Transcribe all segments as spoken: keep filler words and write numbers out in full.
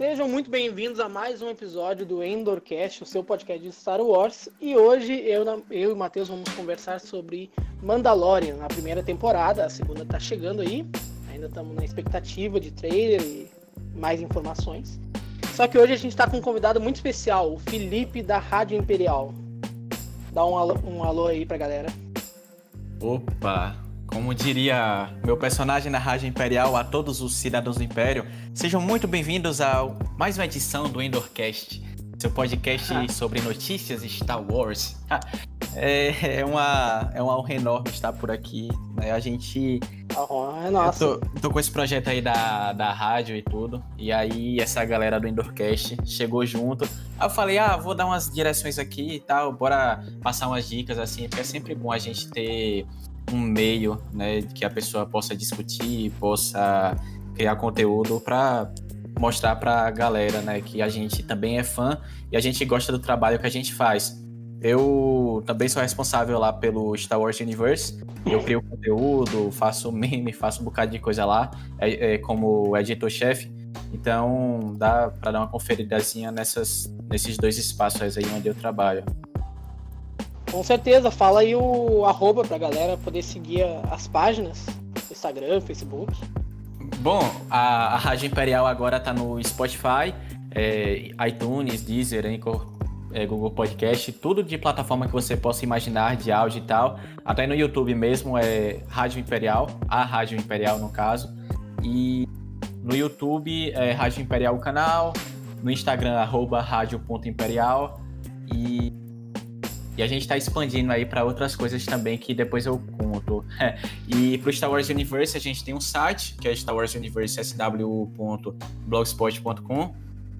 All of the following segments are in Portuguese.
Sejam muito bem-vindos a mais um episódio do Endorcast, o seu podcast de Star Wars. E hoje eu, eu e o Matheus vamos conversar sobre Mandalorian, a primeira temporada. A segunda tá chegando aí, ainda estamos na expectativa de trailer e mais informações. Só que hoje a gente tá com um convidado muito especial, o Felipe da Rádio Imperial. Dá um alô, um alô aí pra galera. Opa! Como diria meu personagem na Rádio Imperial, a todos os cidadãos do Império, sejam muito bem-vindos a mais uma edição do Endorcast, seu podcast ah. sobre notícias Star Wars. É, é, uma, é uma honra enorme estar por aqui, né? A gente... Oh, é nossa. Eu tô, tô com esse projeto aí da, da rádio e tudo, e aí essa galera do Endorcast chegou junto. Aí eu falei, ah, vou dar umas direções aqui e tal, bora passar umas dicas assim, porque é sempre bom a gente ter um meio, né, que a pessoa possa discutir, possa criar conteúdo para mostrar para a galera, né, que a gente também é fã e a gente gosta do trabalho que a gente faz. Eu também sou responsável lá pelo Star Wars Universe, eu crio conteúdo, faço meme, faço um bocado de coisa lá, é, é, como editor-chefe, então dá para dar uma conferidazinha nessas, nesses dois espaços aí onde eu trabalho. Com certeza, fala aí o arroba pra galera poder seguir as páginas, Instagram, Facebook. Bom, a, a Rádio Imperial agora tá no Spotify, é, iTunes, Deezer, Anchor, é, Google Podcast, tudo de plataforma que você possa imaginar, de áudio e tal. Até no YouTube mesmo é Rádio Imperial, a Rádio Imperial no caso. E no YouTube é Rádio Imperial o canal, no Instagram arroba rádio.imperial e... E a gente tá expandindo aí para outras coisas também que depois eu conto. E pro Star Wars Universe a gente tem um site, que é Star Wars Universe S W ponto blogspot ponto com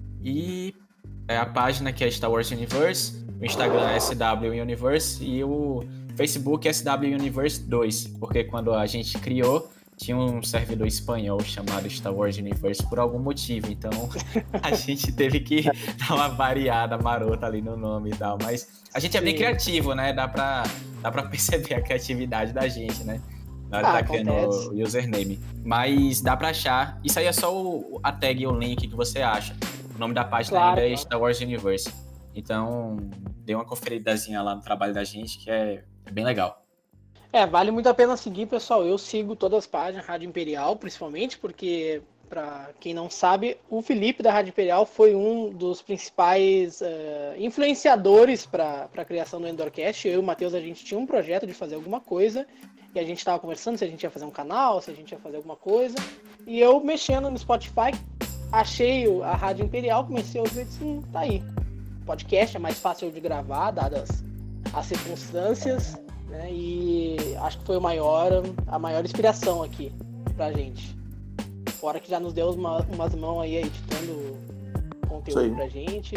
e é a página que é Star Wars Universe, o Instagram é S W Universe e o Facebook é S W Universe dois, porque quando a gente criou tinha um servidor espanhol chamado Star Wars Universe por algum motivo, então a gente teve que dar uma variada marota ali no nome e tal, mas a gente é Sim. bem criativo, né? Dá pra, dá pra perceber a criatividade da gente, né? Na hora ah, tá criando o username. Mas dá pra achar. Isso aí é só o, a tag e o link que você acha. O nome da página claro, ainda é claro. Star Wars Universe. Então, dê uma conferidazinha lá no trabalho da gente, que é, é bem legal. É, vale muito a pena seguir, pessoal. Eu sigo todas as páginas, Rádio Imperial, principalmente, porque, para quem não sabe, o Felipe da Rádio Imperial foi um dos principais uh, influenciadores para a criação do Endorcast. Eu e o Matheus, a gente tinha um projeto de fazer alguma coisa, e a gente estava conversando se a gente ia fazer um canal, se a gente ia fazer alguma coisa, e eu, mexendo no Spotify, achei a Rádio Imperial, comecei a ouvir e disse, hum, tá aí. Podcast é mais fácil de gravar, dadas as circunstâncias, né? E acho que foi o maior, a maior inspiração aqui pra gente. Fora que já nos deu uma, umas mãos aí editando conteúdo pra gente.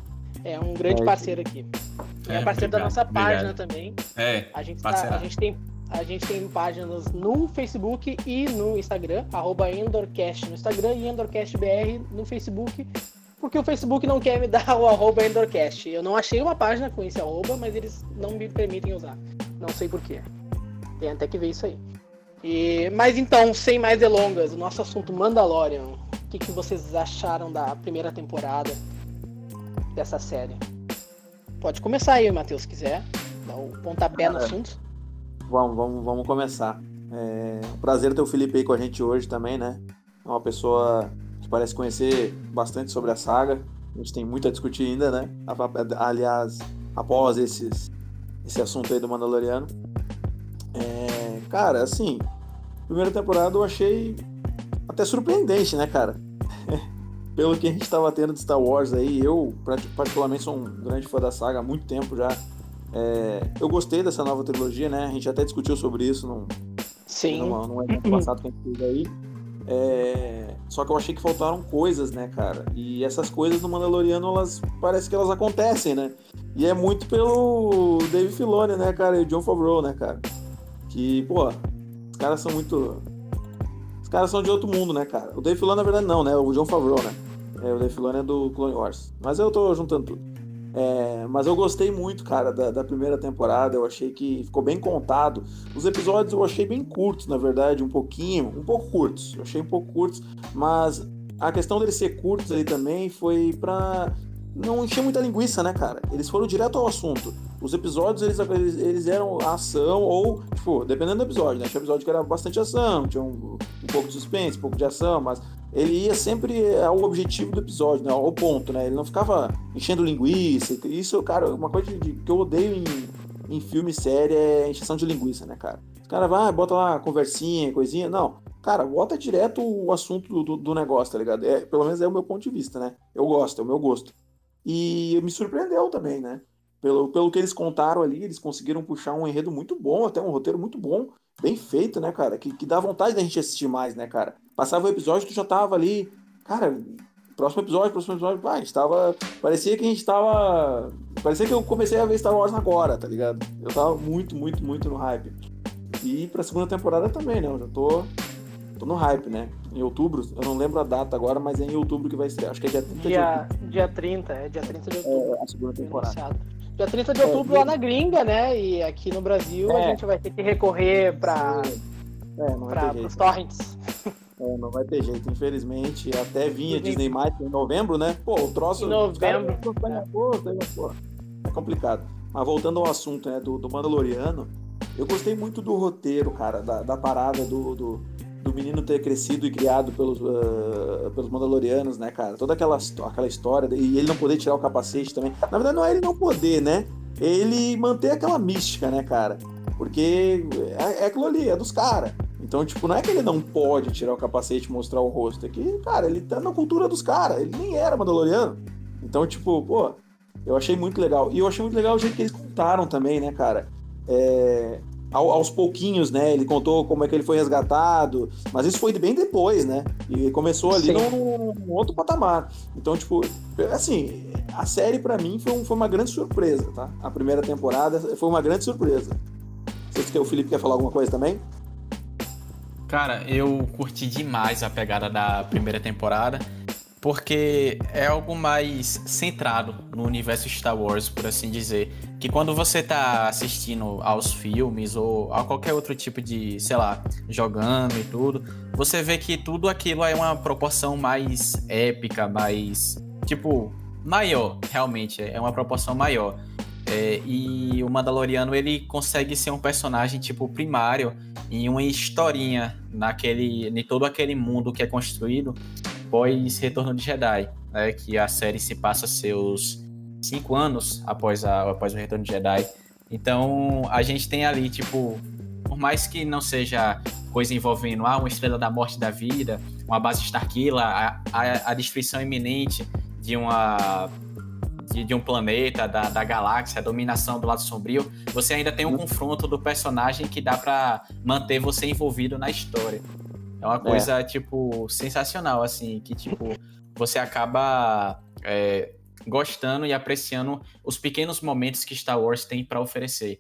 É um grande é, parceiro aqui. E é, é parceiro obrigado, da nossa página obrigado. Também. É, a gente, tá, a, gente tem, a gente tem páginas no Facebook e no Instagram, arroba Endorcast no Instagram e EndorcastBR no Facebook. Porque o Facebook não quer me dar o arroba Endorcast. Eu não achei uma página com esse arroba, mas eles não me permitem usar. Não sei porquê. Tem até que ver isso aí. E, mas então, sem mais delongas, o nosso assunto Mandalorian. O que, que vocês acharam da primeira temporada dessa série? Pode começar aí, Matheus, se quiser. Dá o pontapé Cara, no assunto. Vamos, vamos, vamos começar. É um prazer ter o Felipe aí com a gente hoje também, né? É uma pessoa que parece conhecer bastante sobre a saga. A gente tem muito a discutir ainda, né? Aliás, após esses, esse assunto aí do Mandaloriano. É, cara, assim, primeira temporada eu achei até surpreendente, né, cara? Pelo que a gente tava tendo de Star Wars aí, eu particularmente sou um grande fã da saga há muito tempo já. É, eu gostei dessa nova trilogia, né? A gente até discutiu sobre isso num, Sim. num, num evento passado que a gente fez aí. É, só que eu achei que faltaram coisas, né, cara? E essas coisas no Mandaloriano, elas parece que elas acontecem, né? E é muito pelo Dave Filoni, né, cara? E o Jon Favreau, né, cara? Que, pô, os caras são muito... Os caras são de outro mundo, né, cara? O Dave Filoni, na verdade, não, né? O Jon Favreau, né? É, o Dave Filoni é do Clone Wars. Mas eu tô juntando tudo. É, mas eu gostei muito, cara, da, da primeira temporada. Eu achei que ficou bem contado. Os episódios eu achei bem curtos, na verdade, um pouquinho, um pouco curtos. Eu achei um pouco curtos, mas a questão deles ser curtos ali também foi pra não encher muita linguiça, né, cara? Eles foram direto ao assunto. Os episódios, eles, eles, eles eram ação ou, tipo, dependendo do episódio, né? Tinha episódio que era bastante ação, tinha um, um pouco de suspense, um pouco de ação, mas ele ia sempre ao objetivo do episódio, né? Ao ponto, né? Ele não ficava enchendo linguiça. Isso, cara, uma coisa de, que eu odeio em, em filme e série é encheção de linguiça, né, cara? Os caras vai, bota lá conversinha, coisinha. Não, cara, bota direto o assunto do, do, do negócio, tá ligado? É, pelo menos é o meu ponto de vista, né? Eu gosto, é o meu gosto. E me surpreendeu também, né? Pelo, pelo que eles contaram ali, eles conseguiram puxar um enredo muito bom, até um roteiro muito bom, bem feito, né, cara? Que, que dá vontade da gente assistir mais, né, cara? Passava o episódio, tu já tava ali, cara, próximo episódio, próximo episódio, pá, a gente tava, parecia que a gente tava, parecia que eu comecei a ver Star Wars agora, tá ligado? Eu tava muito, muito, muito no hype. E pra segunda temporada também, né? Eu já tô, tô no hype, né? Em outubro, eu não lembro a data agora, mas é em outubro que vai estrear. Acho que é dia trinta dia, de outubro. Dia trinta, é dia trinta de outubro. É, a segunda temporada. Anunciado. Dia trinta de outubro é, lá na gringa, né? E aqui no Brasil é. a gente vai ter que recorrer para é, os torrents. É, não vai ter jeito, infelizmente. Até vinha Disney mais em novembro, né? Pô, o troço... Em novembro. Cara, é complicado. Mas voltando ao assunto, né, do, do Mandaloriano, eu gostei muito do roteiro, cara, da, da parada do, do, do menino ter crescido e criado pelos, uh, pelos Mandalorianos, né, cara? Toda aquela, aquela história, e ele não poder tirar o capacete também. Na verdade, não é ele não poder, né? Ele manter aquela mística, né, cara? Porque é, é aquilo ali, é dos caras. Então, tipo, não é que ele não pode tirar o capacete e mostrar o rosto. É que, cara, ele tá na cultura dos caras. Ele nem era Mandaloriano. Então, tipo, pô, eu achei muito legal. E eu achei muito legal o jeito que eles contaram também, né, cara? É... Ao, aos pouquinhos, né? Ele contou como é que ele foi resgatado. Mas isso foi bem depois, né? E começou ali num, num outro patamar. Então, tipo, assim, a série pra mim foi, um, foi uma grande surpresa, tá? A primeira temporada foi uma grande surpresa. Não sei se o Felipe quer falar alguma coisa também. Cara, eu curti demais a pegada da primeira temporada, porque é algo mais centrado no universo Star Wars, por assim dizer. Que quando você tá assistindo aos filmes ou a qualquer outro tipo de, sei lá, jogando e tudo, você vê que tudo aquilo é uma proporção mais épica, mais, tipo, maior, realmente, é uma proporção maior. É, e o Mandaloriano, ele consegue ser um personagem, tipo, primário em uma historinha naquele, em todo aquele mundo que é construído pós Retorno de Jedi, né, que a série se passa seus cinco anos após, a, após o Retorno de Jedi. Então, a gente tem ali, tipo, por mais que não seja coisa envolvendo ah, uma estrela da morte da vida, uma base Starkiller, a, a, a destruição iminente de uma... De, de um planeta, da, da galáxia, a dominação do lado sombrio, você ainda tem um confronto do personagem que dá pra manter você envolvido na história. É uma coisa, é. tipo, sensacional, assim, que, tipo, você acaba é, gostando e apreciando os pequenos momentos que Star Wars tem pra oferecer.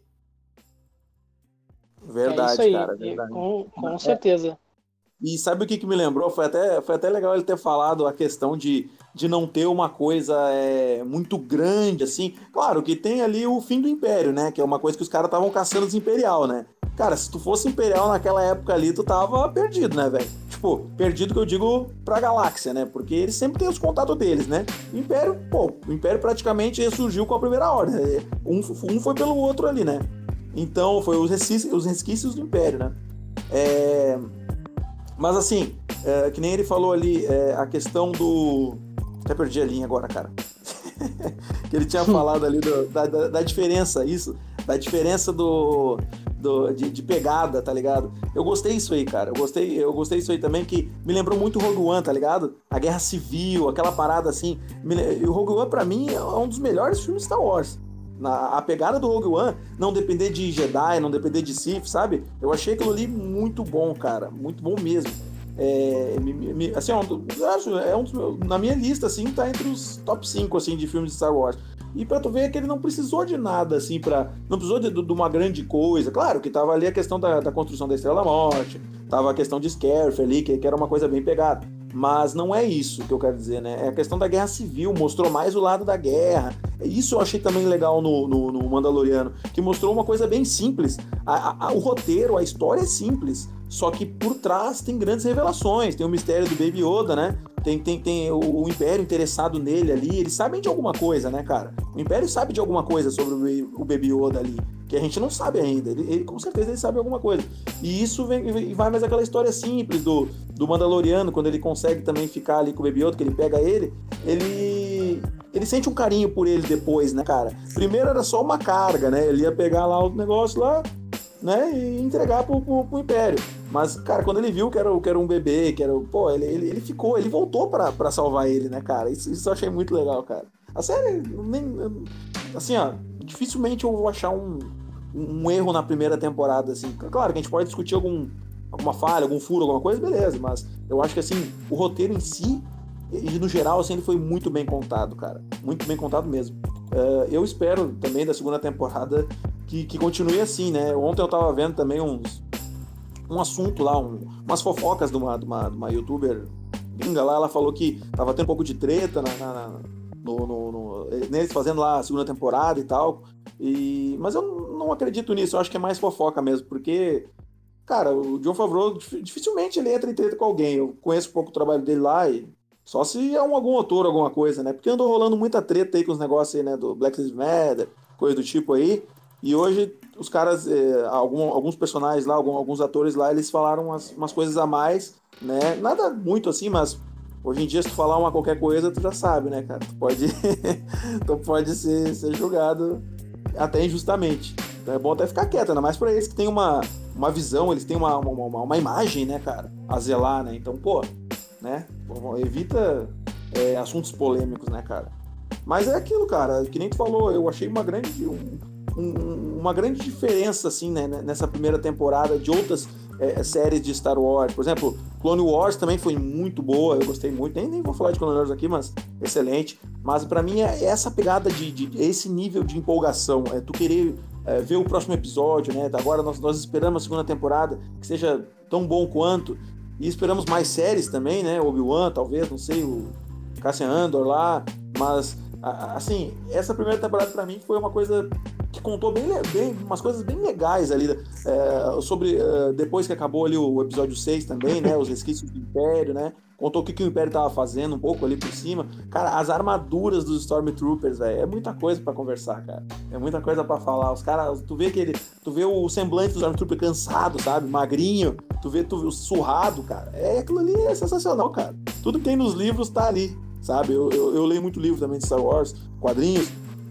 Verdade, é isso aí, cara. Verdade. Com, com certeza. E sabe o que, que me lembrou? Foi até, foi até legal ele ter falado a questão de, de não ter uma coisa é, muito grande, assim. Claro que tem ali o fim do Império, né? Que é uma coisa que os caras estavam caçando os Imperial, né? Cara, se tu fosse Imperial naquela época ali, tu tava perdido, né, velho? Tipo, perdido que eu digo pra galáxia, né? Porque eles sempre têm os contatos deles, né? O Império, pô, o Império praticamente ressurgiu com a Primeira Ordem. Um, um foi pelo outro ali, né? Então, foi os resquícios, os resquícios do Império, né? É... Mas assim, é, que nem ele falou ali, é, a questão do... Até perdi a linha agora, cara. Que ele tinha falado ali do, da, da, da diferença, isso, da diferença do, do, de, de pegada, tá ligado? Eu gostei disso aí, cara. Eu gostei, eu gostei disso aí também, que me lembrou muito Rogue One, tá ligado? A Guerra Civil, aquela parada assim. E o Rogue One, pra mim, é um dos melhores filmes Star Wars. Na, a pegada do Rogue One, não depender de Jedi, não depender de Sith, sabe? Eu achei aquilo ali muito bom, cara. Muito bom mesmo. É, me, me, assim, é um, é um dos, na minha lista, assim, tá entre os top cinco, assim, de filmes de Star Wars. E pra tu ver que ele não precisou de nada, assim, pra... Não precisou de, de uma grande coisa. Claro que tava ali a questão da, da construção da Estrela da Morte, tava a questão de Scarif ali, que, que era uma coisa bem pegada. Mas não é isso que eu quero dizer, né? É a questão da guerra civil, mostrou mais o lado da guerra. Isso eu achei também legal no, no, no Mandaloriano, que mostrou uma coisa bem simples. A, a, o roteiro, a história é simples, só que por trás tem grandes revelações. Tem o mistério do Baby Yoda, né? Tem, tem, tem o, o Império interessado nele ali. Eles sabem de alguma coisa, né, cara? O Império sabe de alguma coisa sobre o, o Baby Yoda ali, que a gente não sabe ainda. Ele, ele, com certeza ele sabe alguma coisa. E isso vem, e vai mais aquela história simples do, do Mandaloriano, quando ele consegue também ficar ali com o Baby Yoda, que ele pega ele, ele... ele sente um carinho por ele depois, né, cara? Primeiro era só uma carga, né? Ele ia pegar lá o negócio lá, né, e entregar pro, pro, pro Império. Mas, cara, quando ele viu que era, que era um bebê, que era... Pô, ele, ele, ele ficou, ele voltou pra, pra salvar ele, né, cara? Isso, isso eu achei muito legal, cara. A série, nem... Assim, ó, dificilmente eu vou achar um, um erro na primeira temporada, assim. Claro que a gente pode discutir algum, alguma falha, algum furo, alguma coisa, beleza. Mas eu acho que, assim, o roteiro em si, e no geral, assim, ele foi muito bem contado, cara. Muito bem contado mesmo. Uh, eu espero também da segunda temporada que, que continue assim, né? Ontem eu tava vendo também uns... um assunto lá, um, umas fofocas de uma, de, uma, de uma youtuber gringa lá, ela falou que tava tendo um pouco de treta na, na, no, no, no, neles fazendo lá a segunda temporada e tal, e, mas eu não acredito nisso, eu acho que é mais fofoca mesmo, porque, cara, o Jon Favreau dificilmente ele entra em treta com alguém, eu conheço um pouco o trabalho dele lá, e só se é um, algum autor, alguma coisa, né, porque andou rolando muita treta aí com os negócios aí, né, do Black Lives Matter, coisa do tipo aí, e hoje os caras, é, algum, alguns personagens lá, algum, alguns atores lá, eles falaram umas, umas coisas a mais, né? Nada muito assim, mas hoje em dia se tu falar uma qualquer coisa, tu já sabe, né, cara? Tu pode, tu pode ser, ser julgado até injustamente. Então é bom até ficar quieto, ainda mais pra eles que tem uma, uma visão, eles têm uma, uma, uma imagem, né, cara, a zelar, né? Então, pô, né? Evita é, assuntos polêmicos, né, cara? Mas é aquilo, cara, que nem tu falou, eu achei uma grande... Um, Um, uma grande diferença assim, né, nessa primeira temporada de outras é, séries de Star Wars. Por exemplo, Clone Wars também foi muito boa, eu gostei muito, nem, nem vou falar de Clone Wars aqui, mas excelente. Mas pra mim é essa pegada de, de esse nível de empolgação, é tu querer é, ver o próximo episódio, né? Agora nós, nós esperamos a segunda temporada que seja tão bom quanto, e esperamos mais séries também, né? Obi-Wan, talvez, não sei, o Cassian Andor lá, mas assim, essa primeira temporada pra mim foi uma coisa que contou bem, bem umas coisas bem legais ali, é, sobre, é, depois que acabou ali o episódio seis também, né, os resquícios do Império, né, contou o que, que o Império tava fazendo um pouco ali por cima, cara, as armaduras dos Stormtroopers, velho, é muita coisa pra conversar, cara, é muita coisa pra falar, os caras, tu vê aquele, tu vê o semblante do Stormtrooper cansado, sabe, magrinho, tu vê, tu vê o surrado, cara, é, aquilo ali é sensacional, cara, tudo que tem nos livros tá ali, sabe, eu, eu, eu leio muito livro também de Star Wars, quadrinhos,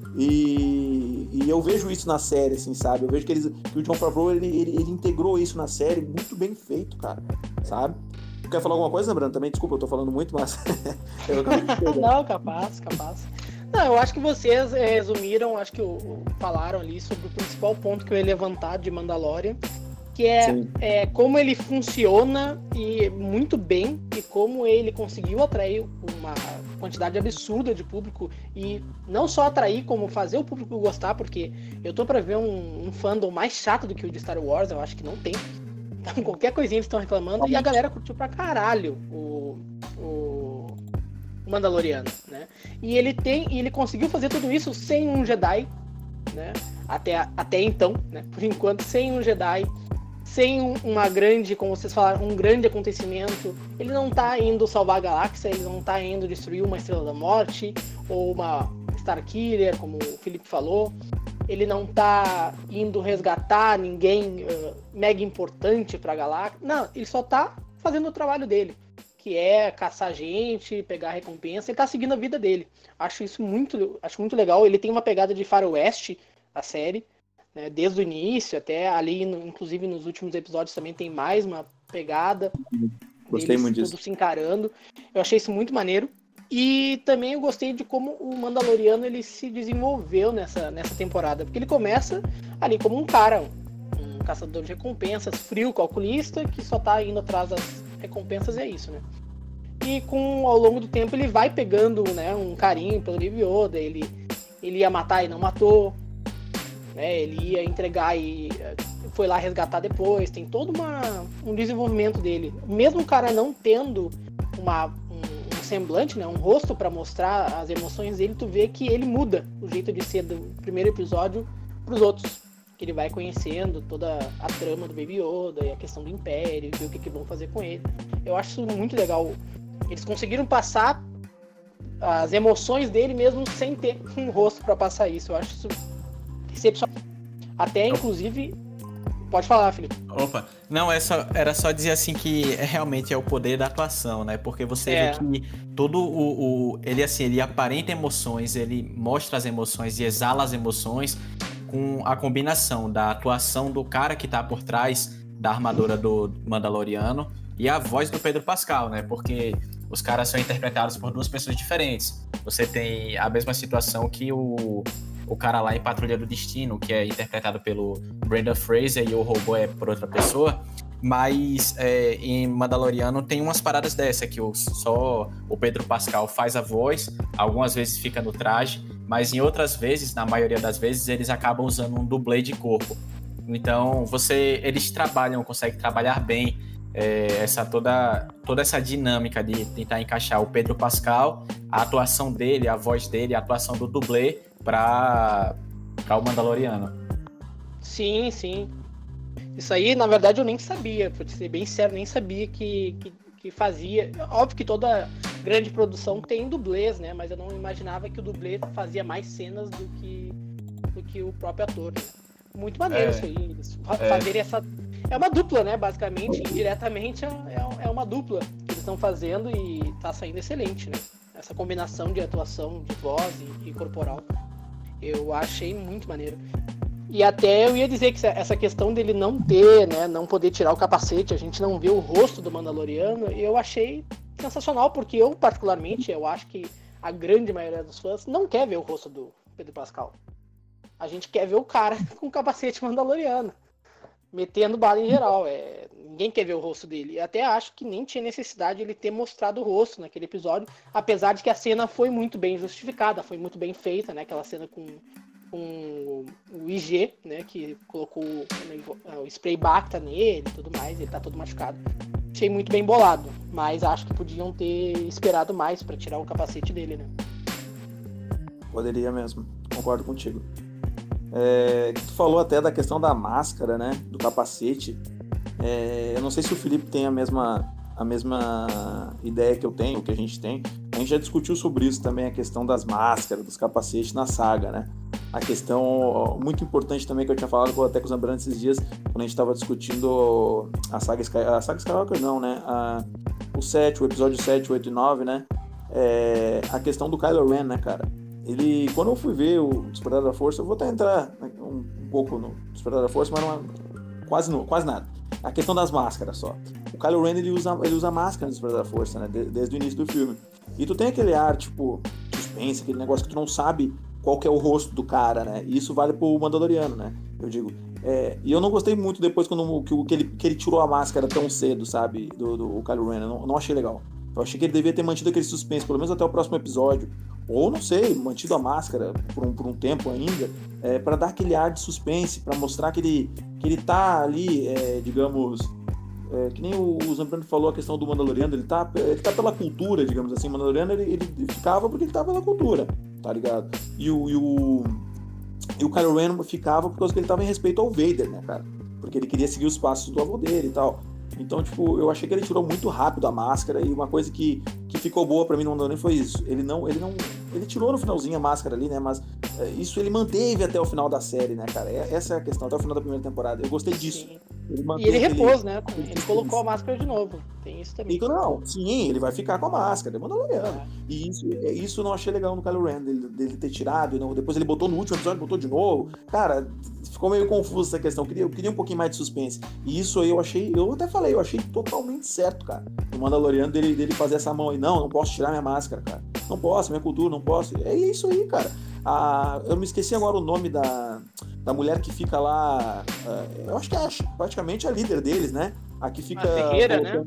E, e eu vejo isso na série, assim, sabe? Eu vejo que, eles, que o Jon Favreau, ele, ele, ele integrou isso na série muito bem feito, cara, sabe? Tu quer falar alguma coisa, lembrando também? Desculpa, eu tô falando muito, mas... eu Não, capaz, capaz. Não, eu acho que vocês é, resumiram, acho que o, falaram ali sobre o principal ponto que eu ia levantar de Mandalorian, que é, é como ele funciona e muito bem, e como ele conseguiu atrair uma quantidade absurda de público, e não só atrair, como fazer o público gostar, porque eu tô pra ver um, um fandom mais chato do que o de Star Wars, eu acho que não tem. Então qualquer coisinha eles estão reclamando, e a galera curtiu pra caralho o, o Mandaloriano, né? E ele tem, e ele conseguiu fazer tudo isso sem um Jedi, né? Até, até então, né? Por enquanto, sem um Jedi, sem uma grande, como vocês falaram, um grande acontecimento. Ele não tá indo salvar a galáxia, ele não tá indo destruir uma Estrela da Morte ou uma Starkiller, como o Felipe falou. Ele não tá indo resgatar ninguém uh, mega importante pra galáxia. Não, ele só tá fazendo o trabalho dele, que é caçar gente, pegar recompensa. Ele tá seguindo a vida dele. Acho isso muito, acho muito legal. Ele tem uma pegada de faroeste, a série, né, desde o início até ali, no, inclusive nos últimos episódios também tem mais uma pegada. Gostei muito disso. Tudo se encarando. Eu achei isso muito maneiro. E também eu gostei de como o Mandaloriano ele se desenvolveu nessa, nessa temporada. Porque ele começa ali como um cara, um, um caçador de recompensas, frio, calculista, que só tá indo atrás das recompensas, e é isso, né? E com, ao longo do tempo ele vai pegando, né, um carinho pelo Baby Yoda. Ele, ele ia matar e não matou, né? Ele ia entregar e foi lá resgatar depois. Tem todo uma, um desenvolvimento dele. Mesmo o cara não tendo uma, um, um semblante, né, um rosto para mostrar as emoções dele, tu vê que ele muda o jeito de ser do primeiro episódio pros outros. Que ele vai conhecendo toda a trama do Baby Yoda e a questão do Império, e o que, que vão fazer com ele. Eu acho isso muito legal. Eles conseguiram passar as emoções dele mesmo sem ter um rosto para passar isso. Eu acho isso excepcional. Até, inclusive... Pode falar, Felipe. Opa, não, é só, era só dizer assim que é, realmente é o poder da atuação, né? Porque você É. vê que todo o, o... Ele, assim, ele aparenta emoções, ele mostra as emoções e exala as emoções com a combinação da atuação do cara que tá por trás da armadura do Mandaloriano e a voz do Pedro Pascal, né? Porque os caras são interpretados por duas pessoas diferentes. Você tem a mesma situação que o... o cara lá em Patrulha do Destino, que é interpretado pelo Brendan Fraser, e o robô é por outra pessoa, mas é, em Mandaloriano tem umas paradas dessa, que o, só o Pedro Pascal faz a voz, algumas vezes fica no traje, mas em outras vezes, na maioria das vezes, eles acabam usando um dublê de corpo. Então, você, eles trabalham, conseguem trabalhar bem é, essa, toda, toda essa dinâmica de tentar encaixar o Pedro Pascal, a atuação dele, a voz dele, a atuação do dublê, para o Mandaloriano. Sim, sim. Isso aí, na verdade, eu nem sabia, pra ser bem sério, nem sabia que, que, que fazia. Óbvio que toda grande produção tem dublês, né? Mas eu não imaginava que o dublê fazia mais cenas do que, do que o próprio ator. Né? Muito maneiro É, isso aí. Eles fa- é. fazerem essa. É uma dupla, né? Basicamente, indiretamente é, é uma dupla que eles estão fazendo e tá saindo excelente, né? Essa combinação de atuação, de voz e, e corporal. Eu achei muito maneiro. E até eu ia dizer que essa questão dele não ter, né, não poder tirar o capacete, a gente não vê o rosto do Mandaloriano, eu achei sensacional, porque eu, particularmente, eu acho que a grande maioria dos fãs não quer ver o rosto do Pedro Pascal. A gente quer ver o cara com o capacete Mandaloriano, metendo bala em geral. É... Ninguém quer ver o rosto dele. Eu até acho que nem tinha necessidade de ele ter mostrado o rosto naquele episódio, apesar de que a cena foi muito bem justificada, foi muito bem feita, né? Aquela cena com, com o I G, né? Que colocou o spray Bacta nele e tudo mais, ele tá todo machucado. Achei muito bem bolado, mas acho que podiam ter esperado mais pra tirar o capacete dele, né? Poderia mesmo, concordo contigo. É, tu falou até da questão da máscara, né? Do capacete. É, eu não sei se o Felipe tem a mesma, a mesma ideia que eu tenho, que a gente tem. A gente já discutiu sobre isso também, a questão das máscaras, dos capacetes na saga, né? A questão muito importante também que eu tinha falado até com os Zambrano esses dias, quando a gente estava discutindo a saga, Sky, a saga Skywalker, não, né? A, o sete, o episódio sete, oito e nove, né? É, a questão do Kylo Ren, né, cara? Ele, quando eu fui ver o Despertar da Força, eu vou até entrar um, um pouco no Despertar da Força, mas não é, quase, não, quase nada. A questão das máscaras só. O Kylo Ren, ele usa, ele usa máscara no Despertar da Força, né? Desde o início do filme. E tu tem aquele ar, tipo, suspense, aquele negócio que tu não sabe qual que é o rosto do cara, né? E isso vale pro Mandaloriano, né? Eu digo. É, e eu não gostei muito depois quando, que, que, ele, que ele tirou a máscara tão cedo, sabe? Do, do Kylo Ren. Eu não, não achei legal. Eu achei que ele devia ter mantido aquele suspense, pelo menos até o próximo episódio. Ou, não sei, mantido a máscara por um, por um tempo ainda, é, para dar aquele ar de suspense, para mostrar que ele, que ele tá ali, é, digamos... É, que nem o, o Zambrano falou a questão do Mandaloriano, ele tá, ele tá pela cultura, digamos assim. O Mandaloriano, ele, ele ficava porque ele tava pela cultura, tá ligado? E o, e o, e o Kylo Ren ficava por causa que ele tava em respeito ao Vader, né, cara? Porque ele queria seguir os passos do avô dele e tal. Então, tipo, eu achei que ele tirou muito rápido a máscara, e uma coisa que, que ficou boa pra mim no Mandaloriano foi isso. Ele não, ele não, ele tirou no finalzinho a máscara ali, né, mas é, isso ele manteve até o final da série, né, cara? É, essa é a questão, até o final da primeira temporada. Eu gostei disso. Ele e ele repôs, né? Ele colocou a máscara de novo. Tem isso também. E, não, sim, ele vai ficar com a máscara, é Mandaloriano. É. E isso, isso eu não achei legal no Kylo Ren, dele, dele ter tirado, não, depois ele botou no último episódio, botou de novo. Cara, ficou meio confuso essa questão. Eu queria, eu queria um pouquinho mais de suspense. E isso aí eu achei, eu até falei, eu achei totalmente certo, cara. O Mandaloriano dele, dele fazer essa mão aí. Não, não posso tirar minha máscara, cara. Não posso, minha cultura, não posso. É isso aí, cara. A, eu me esqueci agora o nome da, da mulher que fica lá. Uh, eu acho que é praticamente a líder deles, né? A que fica. A Ferreira, né?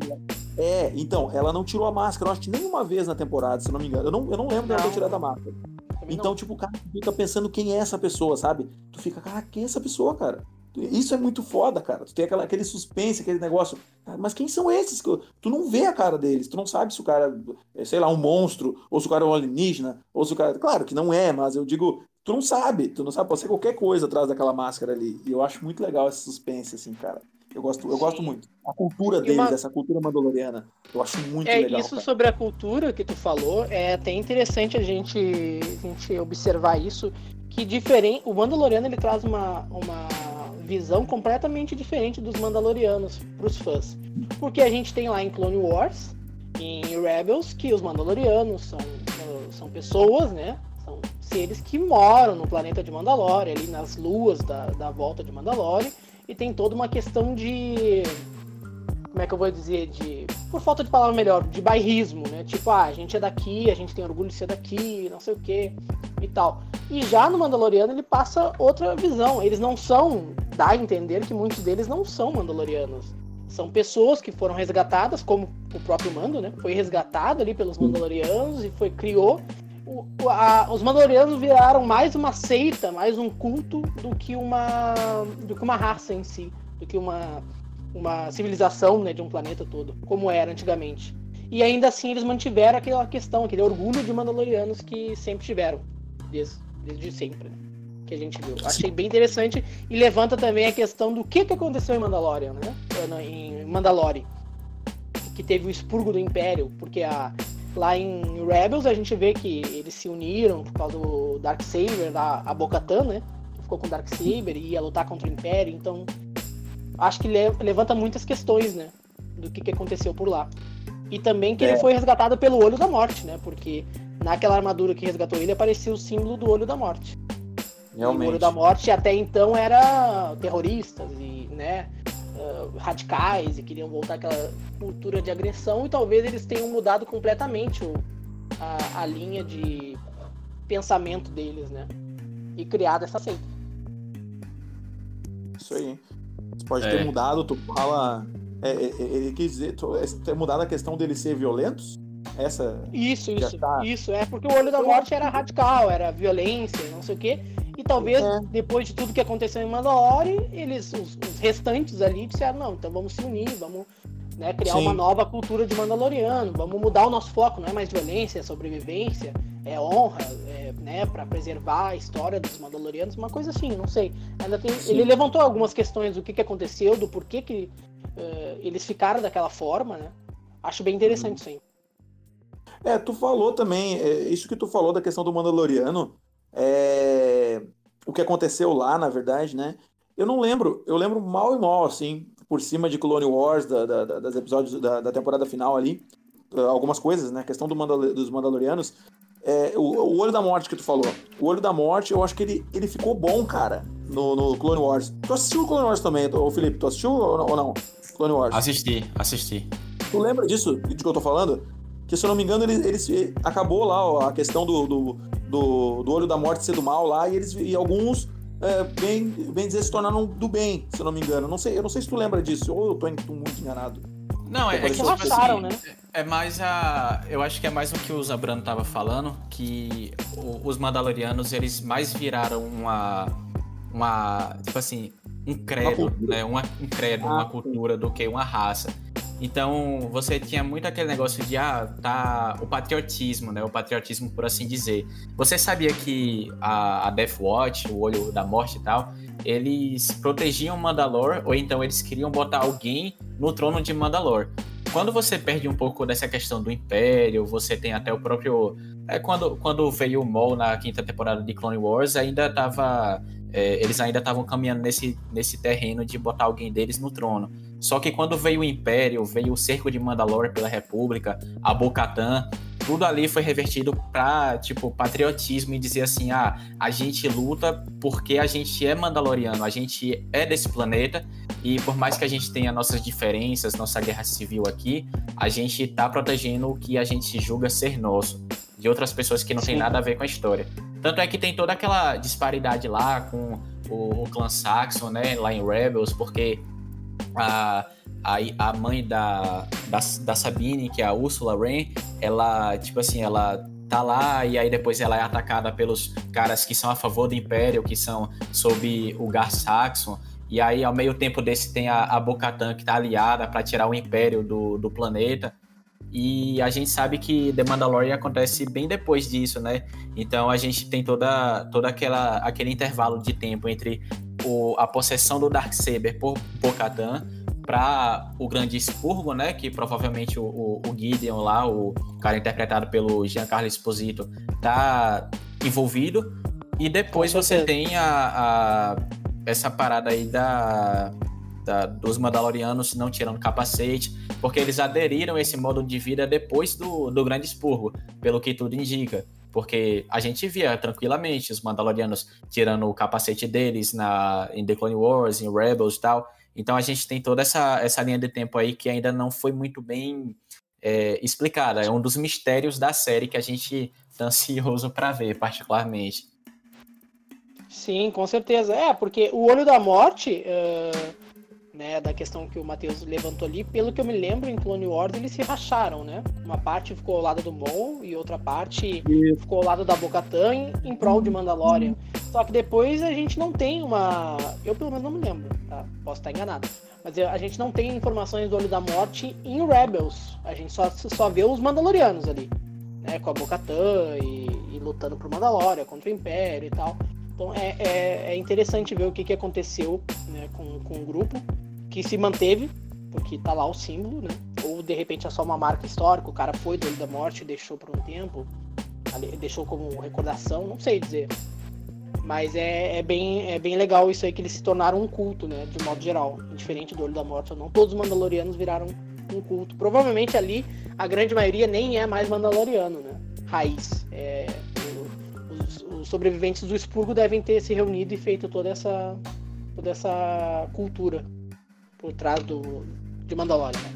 É, então, ela não tirou a máscara, eu acho que nenhuma vez na temporada, se não me engano. Eu não, eu não lembro dela ter tirado a máscara. Também então, não. Tipo, o cara fica pensando quem é essa pessoa, sabe? Tu fica, cara, quem é essa pessoa, cara? Isso é muito foda, cara. Tu tem aquela, aquele suspense, aquele negócio. Mas quem são esses? Tu não vê a cara deles. Tu não sabe se o cara é, sei lá, um monstro, ou se o cara é um alienígena, ou se o cara. Claro que não é, mas eu digo, tu não sabe. Tu não sabe, pode ser qualquer coisa atrás daquela máscara ali. E eu acho muito legal esse suspense, assim, cara. Eu gosto, eu gosto muito. A cultura deles, uma... essa cultura mandaloriana, eu acho muito é, legal. Isso cara. Sobre a cultura que tu falou, é até interessante a gente, a gente observar isso, que diferente, o Mandaloriano ele traz uma, uma visão completamente diferente dos Mandalorianos para os fãs. Porque a gente tem lá em Clone Wars, em Rebels, que os Mandalorianos são, são pessoas, né? São seres que moram no planeta de Mandalore, ali nas luas da, da volta de Mandalore. E tem toda uma questão de, como é que eu vou dizer, de, por falta de palavra melhor, de bairrismo, né? Tipo, ah, a gente é daqui, a gente tem orgulho de ser daqui, não sei o que e tal. E já no Mandaloriano ele passa outra visão. Eles não são, dá a entender que muitos deles não são Mandalorianos. São pessoas que foram resgatadas, como o próprio Mando, né? Foi resgatado ali pelos Mandalorianos e foi, criou... O, a, os Mandalorianos viraram mais uma seita, mais um culto do que uma, do que uma raça em si, do que uma, uma civilização, né, de um planeta todo, como era antigamente. E ainda assim eles mantiveram aquela questão, aquele orgulho de Mandalorianos que sempre tiveram, desde, desde sempre, né, que a gente viu. Achei bem interessante e levanta também a questão do que, que aconteceu em Mandalorian, né, em Mandalore, que teve o expurgo do Império, porque a lá em Rebels a gente vê que eles se uniram por causa do Darksaber, da a Bo-Katan, né? Que ficou com o Darksaber e ia lutar contra o Império. Então, acho que le- levanta muitas questões, né? Do que, que aconteceu por lá. E também que é. ele foi resgatado pelo Olho da Morte, né? Porque naquela armadura que resgatou ele aparecia o símbolo do Olho da Morte. Realmente. E o Olho da Morte até então era terroristas e, né? Uh, radicais e queriam voltar àquela cultura de agressão e talvez eles tenham mudado completamente o, a, a linha de pensamento deles, né? E criado essa seita. Isso aí. Você pode É. ter mudado, tu fala... É, é, ele quis dizer, tu, é, ter mudado a questão deles ser violentos? Essa... Isso, isso, tá... isso. É porque o Olho da Morte era radical, era violência, não sei o quê. E talvez, é. depois de tudo que aconteceu em Mandalore, eles, os, os restantes ali disseram, não, então vamos se unir, vamos, né, criar Sim. uma nova cultura de Mandaloriano, vamos mudar o nosso foco, não é mais violência, é sobrevivência, é honra, é, né, para preservar a história dos Mandalorianos, uma coisa assim, não sei. Ainda tem, ele levantou algumas questões do que, que aconteceu, do porquê que uh, eles ficaram daquela forma, né? Acho bem interessante isso aí. É, tu falou também, é, isso que tu falou da questão do Mandaloriano, é, o que aconteceu lá, na verdade, né? Eu não lembro, eu lembro mal e mal, assim, por cima de Clone Wars, da, da, da, dos episódios da, da temporada final ali, algumas coisas, né? A questão do Mandal- dos Mandalorianos, é, o, o Olho da Morte que tu falou, o Olho da Morte, eu acho que ele, ele ficou bom, cara, no, no Clone Wars. Tu assistiu o Clone Wars também, ô Felipe? Tu assistiu ou não? Clone Wars. Assisti, assisti. Tu lembra disso, de que eu tô falando? Que, se eu não me engano, ele, ele acabou lá ó, a questão do, do, do, do Olho da Morte ser do mal lá, e, eles, e alguns, é, bem, bem dizer, se tornaram do bem, se eu não me engano. Não sei, eu não sei se tu lembra disso, ou eu tô, tô muito enganado. Não, é, é que tipo acharam, assim, né? É mais a... Eu acho que é mais o que o Zabrano tava falando, que o, os Mandalorianos, eles mais viraram uma... Uma... Tipo assim, um credo, uma né? Uma, um credo, ah, uma cultura do que uma raça. Então, você tinha muito aquele negócio de, ah, tá, o patriotismo, né? O patriotismo, por assim dizer. Você sabia que a, a Death Watch, o Olho da Morte e tal, eles protegiam Mandalore, ou então eles queriam botar alguém no trono de Mandalore. Quando você perde um pouco dessa questão do Império, você tem até o próprio... É, quando, quando veio o Maul na quinta temporada de Clone Wars, ainda tava... É, eles ainda estavam caminhando nesse, nesse terreno de botar alguém deles no trono. Só que quando veio o Império, veio o cerco de Mandalore pela República, a Bo-Katan, tudo ali foi revertido para, tipo, patriotismo e dizer assim, ah, a gente luta porque a gente é mandaloriano, a gente é desse planeta e por mais que a gente tenha nossas diferenças, nossa guerra civil aqui, a gente tá protegendo o que a gente julga ser nosso, de outras pessoas que não tem nada a ver com a história. Tanto é que tem toda aquela disparidade lá com o, o clã Saxon, né, lá em Rebels, porque a, a, a mãe da, da, da Sabine, que é a Ursula Wren, ela, tipo assim, ela tá lá e aí depois ela é atacada pelos caras que são a favor do Império, que são sob o Gar Saxon, E aí, ao meio tempo desse, tem a, a Bo-Katan que tá aliada para tirar o Império do, do planeta. E a gente sabe que The Mandalorian acontece bem depois disso, né? Então a gente tem toda, toda aquela, aquele intervalo de tempo entre o, a possessão do Darksaber por Bo-Katan para o Grande Expurgo, né? Que provavelmente o, o, o Gideon lá, o cara interpretado pelo Giancarlo Esposito, tá envolvido. E depois você tem a, a, essa parada aí da... Da, dos Mandalorianos não tirando capacete, porque eles aderiram a esse modo de vida depois do, do Grande Expurgo, pelo que tudo indica. Porque a gente via tranquilamente os Mandalorianos tirando o capacete deles na, em The Clone Wars, em Rebels e tal. Então a gente tem toda essa, essa linha de tempo aí que ainda não foi muito bem é, explicada. É um dos mistérios da série que a gente tá ansioso para ver, particularmente. Sim, com certeza. É, porque o Olho da Morte... Uh... Né, da questão que o Matheus levantou ali, pelo que eu me lembro, em Clone Wars eles se racharam, né? Uma parte ficou ao lado do Maul e outra parte Isso. ficou ao lado da Bo-Katan em, em prol de Mandalorian. Só que depois a gente não tem uma... Eu pelo menos não me lembro, tá? Posso estar enganado. Mas a gente não tem informações do Olho da Morte em Rebels. A gente só, só vê os Mandalorianos ali, né? Com a Bo-Katan e, e lutando pro Mandalorian, contra o Império e tal. Então é, é, é interessante ver o que, que aconteceu, né, com, com o grupo, que se manteve, porque tá lá o símbolo, né? Ou de repente é só uma marca histórica, o cara foi do Olho da Morte e deixou por um tempo, deixou como recordação, não sei dizer. Mas é, é, bem, é bem legal isso aí, que eles se tornaram um culto, né? De modo geral, diferente do Olho da Morte ou não. Todos os Mandalorianos viraram um culto. Provavelmente ali a grande maioria nem é mais Mandaloriano, né? Raiz. É, os, os sobreviventes do Expurgo devem ter se reunido e feito toda essa, toda essa cultura por trás do, de Mandalorian, né?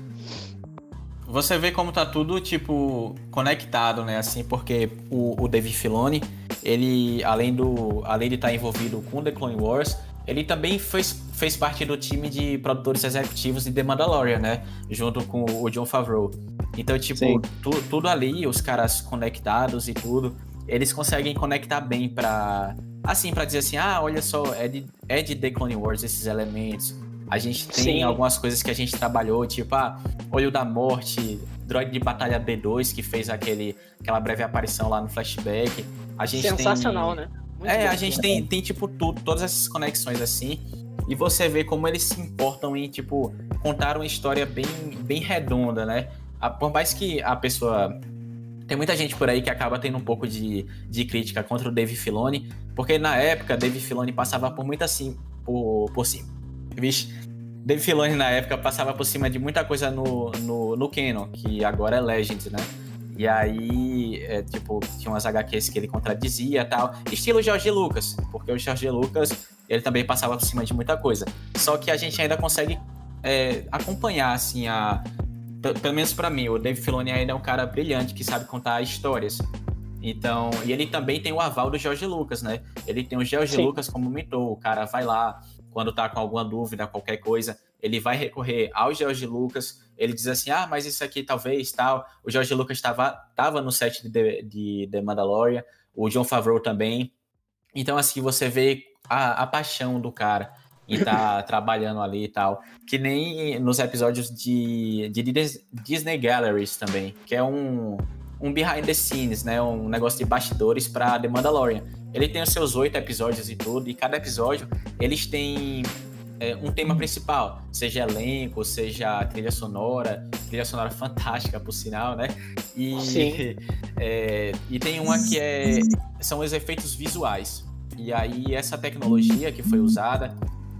Você vê como tá tudo, tipo, conectado, né? Assim, porque o, o Dave Filoni, ele, além, do, além de estar envolvido com The Clone Wars, ele também fez, fez parte do time de produtores executivos de The Mandalorian, né? Junto com o Jon Favreau. Então, tipo, tu, tudo ali, os caras conectados e tudo, eles conseguem conectar bem pra... Assim, pra dizer assim, ah, olha só, é de, é de The Clone Wars esses elementos. A gente tem Sim. algumas coisas que a gente trabalhou, tipo, ah, Olho da Morte, Droid de Batalha B dois, que fez aquele, aquela breve aparição lá no flashback. A gente Sensacional, tem... né? Muito é, bom. A gente tem, tem, tipo, tudo, todas essas conexões assim, e você vê como eles se importam em, tipo, contar uma história bem, bem redonda, né? Por mais que a pessoa... Tem muita gente por aí que acaba tendo um pouco de, de crítica contra o Dave Filoni, porque na época, Dave Filoni passava por muito assim, por, por cima. Vixe, Dave Filoni na época passava por cima de muita coisa no, no, no Canon, que agora é Legends, né? E aí, é, tipo, tinha umas agá quês que ele contradizia e tal, estilo George Lucas, porque o George Lucas, ele também passava por cima de muita coisa. Só que a gente ainda consegue é, acompanhar, assim, a... Pelo menos pra mim, o Dave Filoni ainda é um cara brilhante que sabe contar histórias. Então, e ele também tem o aval do George Lucas, né? Ele tem o George Sim. Lucas como mentor, o cara vai lá, quando tá com alguma dúvida, qualquer coisa, ele vai recorrer ao George Lucas, ele diz assim, ah, mas isso aqui talvez, tal. O George Lucas estava tava no set de, de The Mandalorian, o Jon Favreau também. Então, assim, você vê a, a paixão do cara em estar tá trabalhando ali e tal, que nem nos episódios de, de Disney Galleries também, que é um, um behind the scenes, né, um negócio de bastidores para The Mandalorian. Ele tem os seus oito episódios e tudo, e cada episódio eles têm é, um tema principal, seja elenco, seja trilha sonora, trilha sonora fantástica, por sinal, né? E, Sim. É, e tem uma que é, são os efeitos visuais. E aí essa tecnologia que foi usada,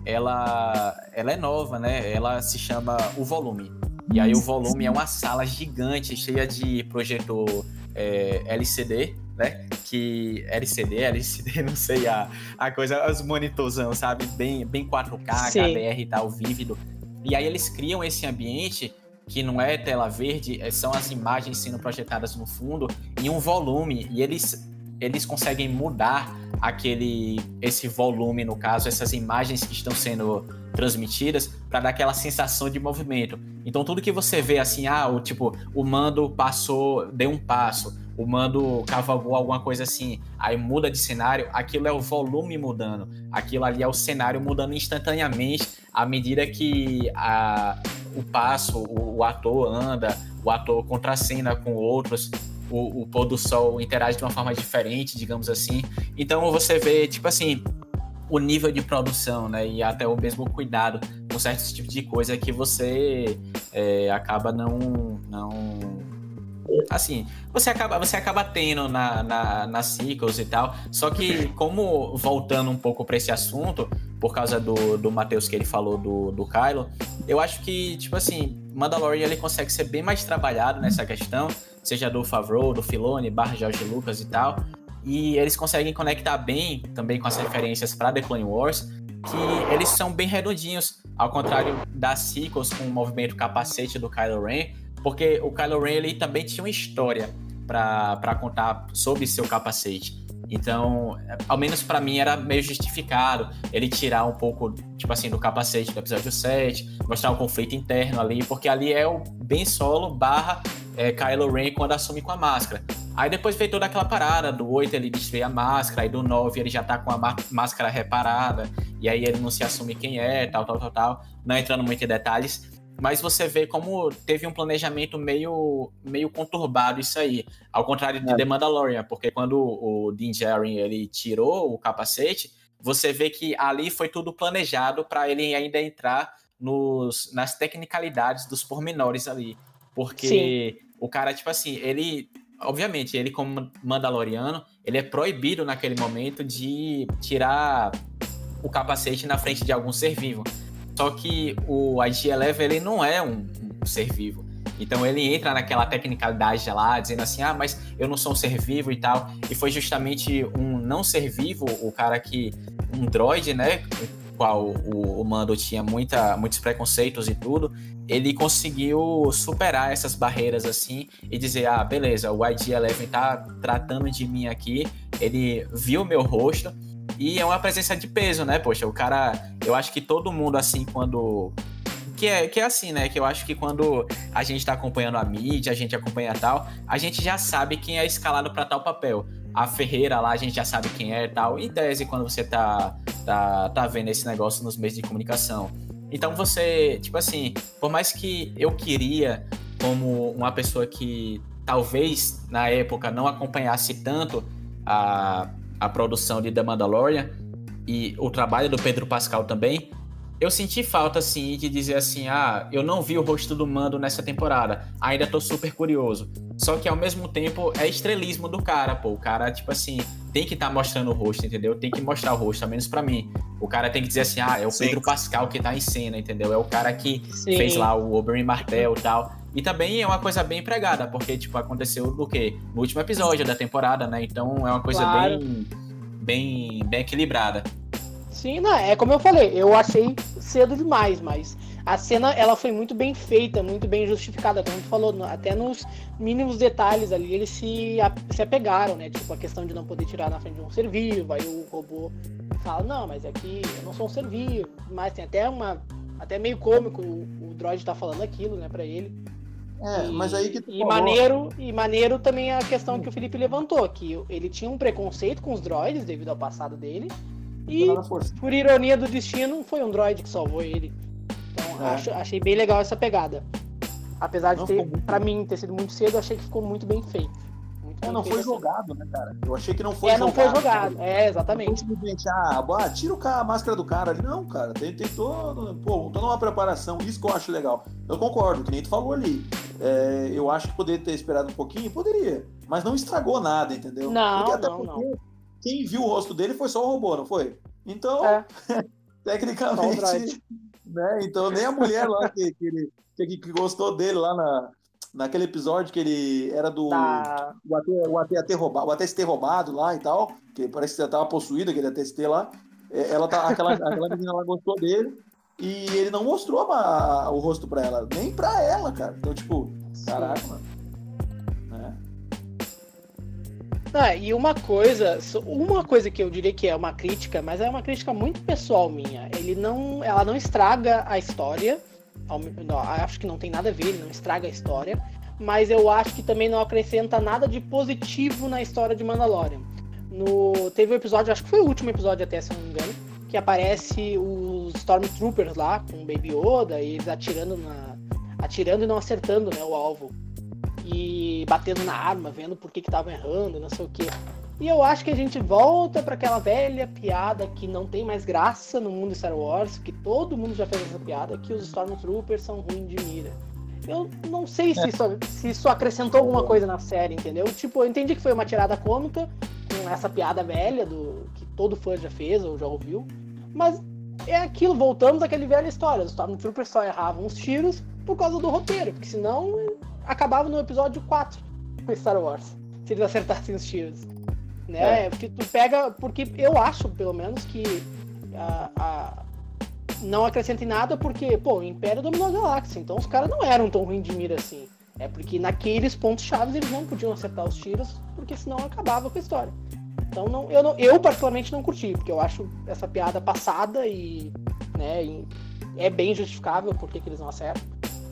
ela, ela é nova, né? Ela se chama o volume. E aí o volume é uma sala gigante, cheia de projetor é, L C D, né? Que L C D, L C D, não sei a, a coisa, os monitorzão, sabe? Bem, bem quatro K, Sim. H D R e tal, vívido. E aí eles criam esse ambiente que não é tela verde, são as imagens sendo projetadas no fundo em um volume, e eles, eles conseguem mudar aquele, esse volume, no caso, essas imagens que estão sendo transmitidas, para dar aquela sensação de movimento. Então tudo que você vê assim, ah, o tipo, o mando passou, deu um passo, o Mando cavalgou alguma coisa assim, aí muda de cenário, aquilo é o volume mudando, aquilo ali é o cenário mudando instantaneamente à medida que a, o passo, o, o ator anda, o ator contracena com outros, o, o pôr do sol interage de uma forma diferente, digamos assim. Então você vê, tipo assim, o nível de produção, né, e até o mesmo cuidado com certos tipos de coisa que você é, acaba não, não... Assim, você acaba, você acaba tendo na, na, nas sequels e tal, só que como, voltando um pouco para esse assunto, por causa do, do Matheus que ele falou do, do Kylo, eu acho que, tipo assim, Mandalorian ele consegue ser bem mais trabalhado nessa questão, seja do Favreau, do Filoni, barra George Lucas e tal, e eles conseguem conectar bem também com as referências para The Clone Wars, que eles são bem redondinhos, ao contrário das sequels com o movimento capacete do Kylo Ren, porque o Kylo Ren ele também tinha uma história para contar sobre seu capacete. Então, ao menos para mim era meio justificado ele tirar um pouco, tipo assim, do capacete do episódio sete, mostrar o conflito interno ali, porque ali é o Ben Solo barra é, Kylo Ren quando assume com a máscara. Aí depois veio toda aquela parada, do oito ele destruir a máscara, aí do nove ele já tá com a máscara reparada, e aí ele não se assume quem é, tal, tal, tal, tal, não entrando muito em detalhes. Mas você vê como teve um planejamento meio, meio conturbado isso aí. Ao contrário de é. The Mandalorian, porque quando o Din Djarin ele tirou o capacete, você vê que ali foi tudo planejado para ele ainda entrar nos, nas tecnicalidades dos pormenores ali. Porque Sim. o cara, tipo assim, ele... Obviamente, ele como Mandaloriano, ele é proibido naquele momento de tirar o capacete na frente de algum ser vivo. Só que o I G Eleven, ele não é um, um ser vivo. Então ele entra naquela tecnicalidade lá, dizendo assim, ah, mas eu não sou um ser vivo e tal. E foi justamente um não ser vivo, o cara que... Um droid, né? Com o qual o, o Mando tinha muita, muitos preconceitos e tudo. Ele conseguiu superar essas barreiras assim e dizer, ah, beleza, o I G Eleven tá tratando de mim aqui. Ele viu meu rosto. E é uma presença de peso, né? Poxa, o cara... Eu acho que todo mundo, assim, quando... Que é, que é assim, né? Que eu acho que quando a gente tá acompanhando a mídia, a gente acompanha tal, a gente já sabe quem é escalado pra tal papel. A Ferreira lá, a gente já sabe quem é e tal. Em tese, quando você tá, tá, tá vendo esse negócio nos meios de comunicação. Então você... Tipo assim, por mais que eu queria, como uma pessoa que talvez, na época, não acompanhasse tanto a... a produção de The Mandalorian e o trabalho do Pedro Pascal também, eu senti falta, assim, de dizer assim, ah, eu não vi o rosto do Mando nessa temporada, ainda tô super curioso. Só que, ao mesmo tempo, é estrelismo do cara, pô. O cara, tipo assim, tem que estar tá mostrando o rosto, entendeu? Tem que mostrar o rosto, ao menos pra mim. O cara tem que dizer assim, ah, é o Sim. Pedro Pascal que tá em cena, entendeu? É o cara que Sim. fez lá o Oberyn Martell e tal. E também é uma coisa bem empregada, porque, tipo, aconteceu do quê? No último episódio da temporada, né? Então é uma coisa claro. bem, bem, bem equilibrada. Sim, não, é como eu falei, eu achei cedo demais, mas a cena, ela foi muito bem feita, muito bem justificada, como tu falou, até nos mínimos detalhes ali, eles se, se apegaram, né? Tipo, a questão de não poder tirar na frente de um ser vivo, aí o robô fala, não, mas aqui eu não sou um ser vivo, mas tem até uma, até meio cômico o, o droid tá falando aquilo, né, pra ele. É, e, mas aí que tu e maneiro, e maneiro também a questão que o Felipe levantou, que ele tinha um preconceito com os droids devido ao passado dele, e por ironia do destino foi um droid que salvou ele. Então é. acho, achei bem legal essa pegada. Apesar de ter, pra mim, ter sido muito cedo, eu achei que ficou muito bem feito. Muito é, bem não feito foi assim. jogado, né, cara? Eu achei que não foi é, jogado. É, não foi jogado, é, exatamente. Não foi ah, ah, tira a máscara do cara ali. Não, cara, tem, tem todo, pô, toda uma preparação. Isso que eu acho legal. Eu concordo, que nem tu falou ali. É, eu acho que poderia ter esperado um pouquinho, poderia. Mas não estragou nada, entendeu? Não, porque até não, porque não. Quem viu o rosto dele foi só o robô, não foi? Então, é. tecnicamente, né? Então nem a mulher lá que, que, ele, que, que gostou dele lá na, naquele episódio que ele era do da... o, A T, o, A T, A T roubado, o A T S T roubado lá e tal, que parece que já estava possuído aquele A T S T lá. Ela tá, aquela, aquela menina lá gostou dele e ele não mostrou a, o rosto pra ela, nem pra ela, cara. Então, tipo, caraca, mano. Ah, e uma coisa, uma coisa que eu diria que é uma crítica, mas é uma crítica muito pessoal minha. Ele não, ela não estraga a história, não, acho que não tem nada a ver, ele não estraga a história, mas eu acho que também não acrescenta nada de positivo na história de Mandalorian. No, teve um episódio, acho que foi o último episódio até, se eu não me engano, que aparece os Stormtroopers lá com o Baby Yoda e eles atirando, na, atirando e não acertando, né, o alvo. E batendo na arma, vendo por que que estavam errando, não sei o que. E eu acho que a gente volta para aquela velha piada que não tem mais graça no mundo de Star Wars, que todo mundo já fez essa piada, que os Stormtroopers são ruins de mira. Eu não sei se isso, se isso acrescentou alguma coisa na série, entendeu? Tipo, eu entendi que foi uma tirada cômica, com essa piada velha do que todo fã já fez ou já ouviu, mas é aquilo, voltamos àquela velha história. Os Stormtroopers só erravam os tiros por causa do roteiro, porque senão acabava no episódio quatro com Star Wars, se eles acertassem os tiros. Né? É. Porque tu pega, porque eu acho, pelo menos, que a, a, não acrescenta em nada, porque, pô, o Império dominou a galáxia, então os caras não eram tão ruins de mira assim. É porque naqueles pontos chaves eles não podiam acertar os tiros, porque senão acabava com a história. Então não, eu, não, eu particularmente não curti, porque eu acho essa piada passada e, né, e é bem justificável porque que eles não acertam.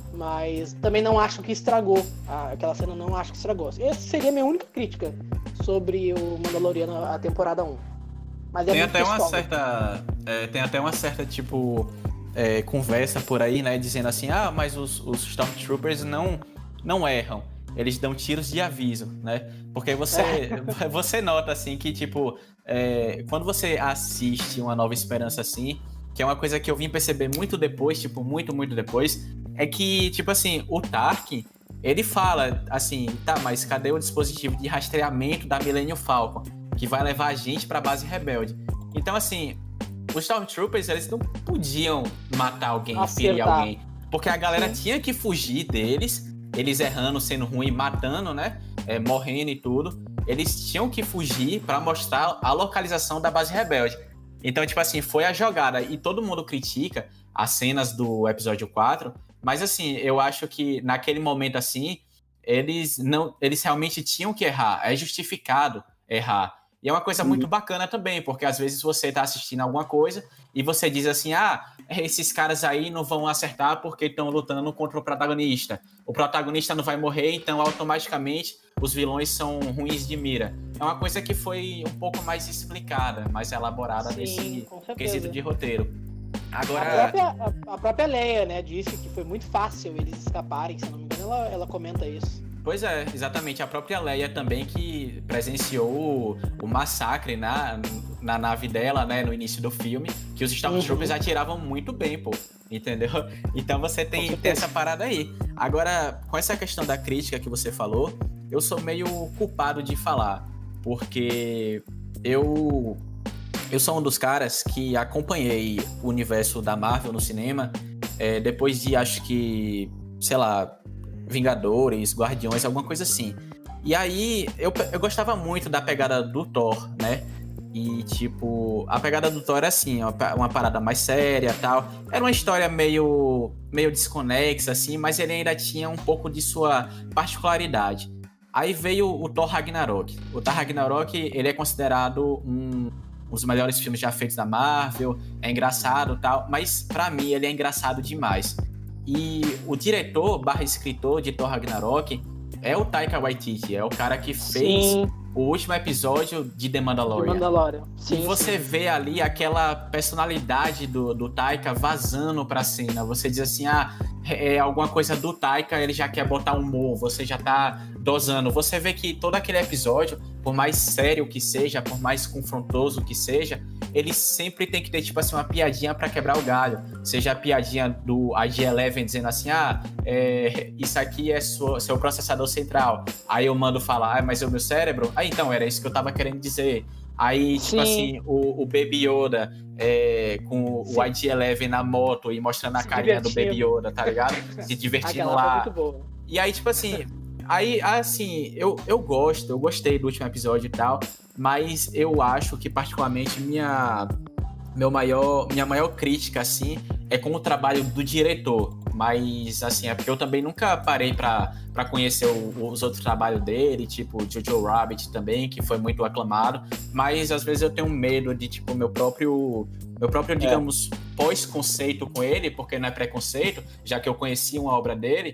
Mas também não acho que estragou. Aquela cena não acho que estragou. Essa seria a minha única crítica sobre o Mandaloriano, a temporada um. Mas é tem muito até pessoal, uma certa é, tem até uma certa tipo é, conversa por aí, né, dizendo assim, ah, mas os, os Stormtroopers não não erram, eles dão tiros de aviso, né? Porque você é. você nota assim que tipo é, quando você assiste Uma Nova Esperança assim, que é uma coisa que eu vim perceber muito depois, tipo muito muito depois, é que tipo assim o Tarkin, ele fala assim, tá, mas cadê o dispositivo de rastreamento da Millennium Falcon, que vai levar a gente pra base rebelde? Então, assim, os Stormtroopers, eles não podiam matar alguém, Acertar. ferir alguém, porque a galera Sim. tinha que fugir deles, eles errando, sendo ruim, matando, né, é, morrendo e tudo. Eles tinham que fugir pra mostrar a localização da base rebelde. Então, tipo assim, foi a jogada, e todo mundo critica as cenas do episódio quatro, mas assim, eu acho que naquele momento assim, eles não, eles realmente tinham que errar, é justificado errar. E é uma coisa muito bacana também, porque às vezes você tá assistindo alguma coisa e você diz assim, ah, esses caras aí não vão acertar porque estão lutando contra o protagonista. O protagonista não vai morrer, então automaticamente os vilões são ruins de mira. É uma coisa que foi um pouco mais explicada, mais elaborada. Sim, nesse quesito de roteiro. Agora... A própria, a, a própria Leia, né, disse que foi muito fácil eles escaparem, se não me engano, ela, ela comenta isso. Pois é, exatamente. A própria Leia também, que presenciou o, o massacre na, na nave dela, né, no início do filme, que os Stormtroopers uhum. atiravam muito bem, pô, entendeu? Então você tem, tem essa parada aí. Agora, com essa questão da crítica que você falou, eu sou meio culpado de falar, porque eu... Eu sou um dos caras que acompanhei o universo da Marvel no cinema é, depois de, acho que, sei lá, Vingadores, Guardiões, alguma coisa assim. E aí, eu, eu gostava muito da pegada do Thor, né? E, tipo, a pegada do Thor era assim, uma, uma parada mais séria e tal. Era uma história meio, meio desconexa, assim, mas ele ainda tinha um pouco de sua particularidade. Aí veio o Thor Ragnarok. O Thor Ragnarok, ele é considerado um... um dos melhores filmes já feitos da Marvel, é engraçado e tal, mas pra mim ele é engraçado demais. E o diretor barra escritor de Thor Ragnarok é o Taika Waititi, é o cara que fez sim. o último episódio de The Mandalorian. The Mandalorian. Sim, e você sim. vê ali aquela personalidade do, do Taika vazando pra cena. Você diz assim, ah, é alguma coisa do Taika, ele já quer botar humor, você já tá dosando. Você vê que todo aquele episódio, por mais sério que seja, por mais confrontoso que seja, ele sempre tem que ter, tipo assim, uma piadinha pra quebrar o galho. Seja a piadinha do I G Eleven dizendo assim, ah, é, isso aqui é sua, seu processador central. Aí eu mando falar, ah, mas é o meu cérebro? Ah, então, era isso que eu tava querendo dizer. Aí, tipo Sim. assim, o, o Baby Yoda é, com Sim. o I G Eleven na moto e mostrando a Se carinha divertindo. do Baby Yoda, tá ligado? Se divertindo lá. Muito boa. E aí, tipo assim... Aí, assim, eu, eu gosto, eu gostei do último episódio e tal, mas eu acho que, particularmente, minha, meu maior, minha maior crítica, assim, é com o trabalho do diretor. Mas, assim, é porque eu também nunca parei pra, pra conhecer o, os outros trabalhos dele, tipo Jojo Rabbit também, que foi muito aclamado, mas às vezes eu tenho medo de, tipo, meu próprio... Meu próprio, digamos, é. pós-conceito com ele, porque não é preconceito, já que eu conheci uma obra dele,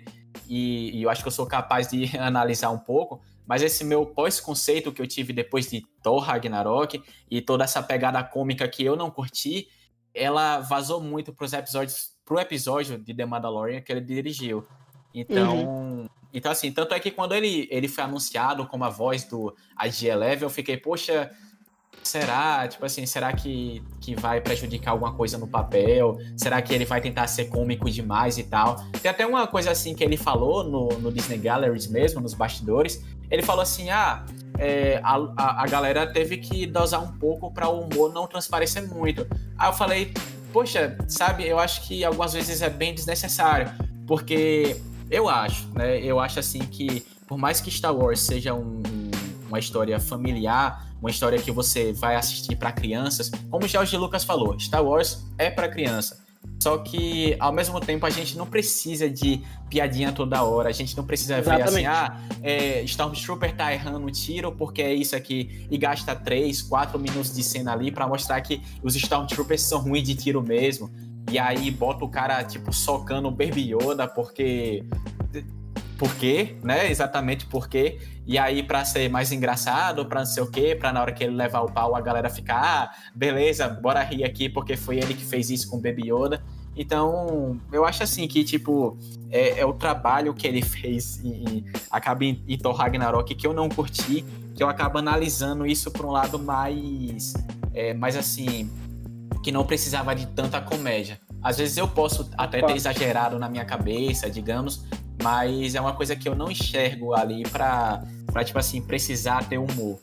e, e eu acho que eu sou capaz de analisar um pouco, mas esse meu pós-conceito que eu tive depois de Thor Ragnarok e toda essa pegada cômica que eu não curti, ela vazou muito pros episódios, pro episódio de The Mandalorian que ele dirigiu. Então, uhum. então assim, tanto é que quando ele, ele foi anunciado como a voz do I G Eleven, eu fiquei, poxa, será? Tipo assim, será que, que vai prejudicar alguma coisa no papel? Será que ele vai tentar ser cômico demais e tal? Tem até uma coisa assim que ele falou no, no Disney Galleries mesmo, nos bastidores. Ele falou assim, ah, é, a, a, a galera teve que dosar um pouco para o humor não transparecer muito. Aí eu falei, poxa, sabe, eu acho que algumas vezes é bem desnecessário, porque eu acho, né, eu acho assim que por mais que Star Wars seja um, uma história familiar, uma história que você vai assistir para crianças, como o George Lucas falou, Star Wars é para criança. Só que, ao mesmo tempo, a gente não precisa de piadinha toda hora. A gente não precisa Exatamente. ver assim, ah, é, Stormtrooper tá errando o tiro porque é isso aqui. E gasta três, quatro minutos de cena ali pra mostrar que os Stormtroopers são ruins de tiro mesmo. E aí bota o cara, tipo, socando o Baby Yoda porque... Por quê, né? Exatamente por quê. E aí, pra ser mais engraçado, pra não sei o quê, pra na hora que ele levar o pau, a galera ficar, ah, beleza, bora rir aqui, porque foi ele que fez isso com o Baby Yoda. Então, eu acho assim que, tipo, é, é o trabalho que ele fez e, e acaba em, em Thor Ragnarok que eu não curti, que eu acabo analisando isso por um lado mais, é, mais assim, que não precisava de tanta comédia. Às vezes eu posso até ter exagerado na minha cabeça, digamos, mas é uma coisa que eu não enxergo ali pra, pra tipo assim, precisar ter humor.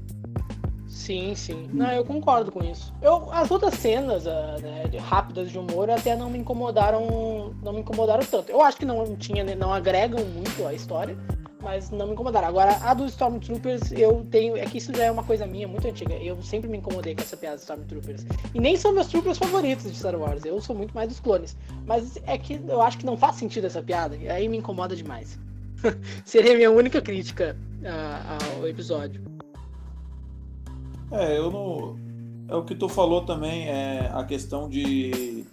Sim, sim. Não, eu concordo com isso. Eu, as outras cenas uh, né, rápidas de humor até não me incomodaram, não me incomodaram tanto. Eu acho que não tinha, não agregam muito a história, mas não me incomodaram. Agora, a dos Stormtroopers, eu tenho... É que isso já é uma coisa minha, muito antiga. Eu sempre me incomodei com essa piada dos Stormtroopers. E nem são meus troopers favoritos de Star Wars. Eu sou muito mais dos clones. Mas é que eu acho que não faz sentido essa piada. E aí me incomoda demais. Seria a minha única crítica uh, ao episódio. É, eu não... É o que tu falou também, é a questão de...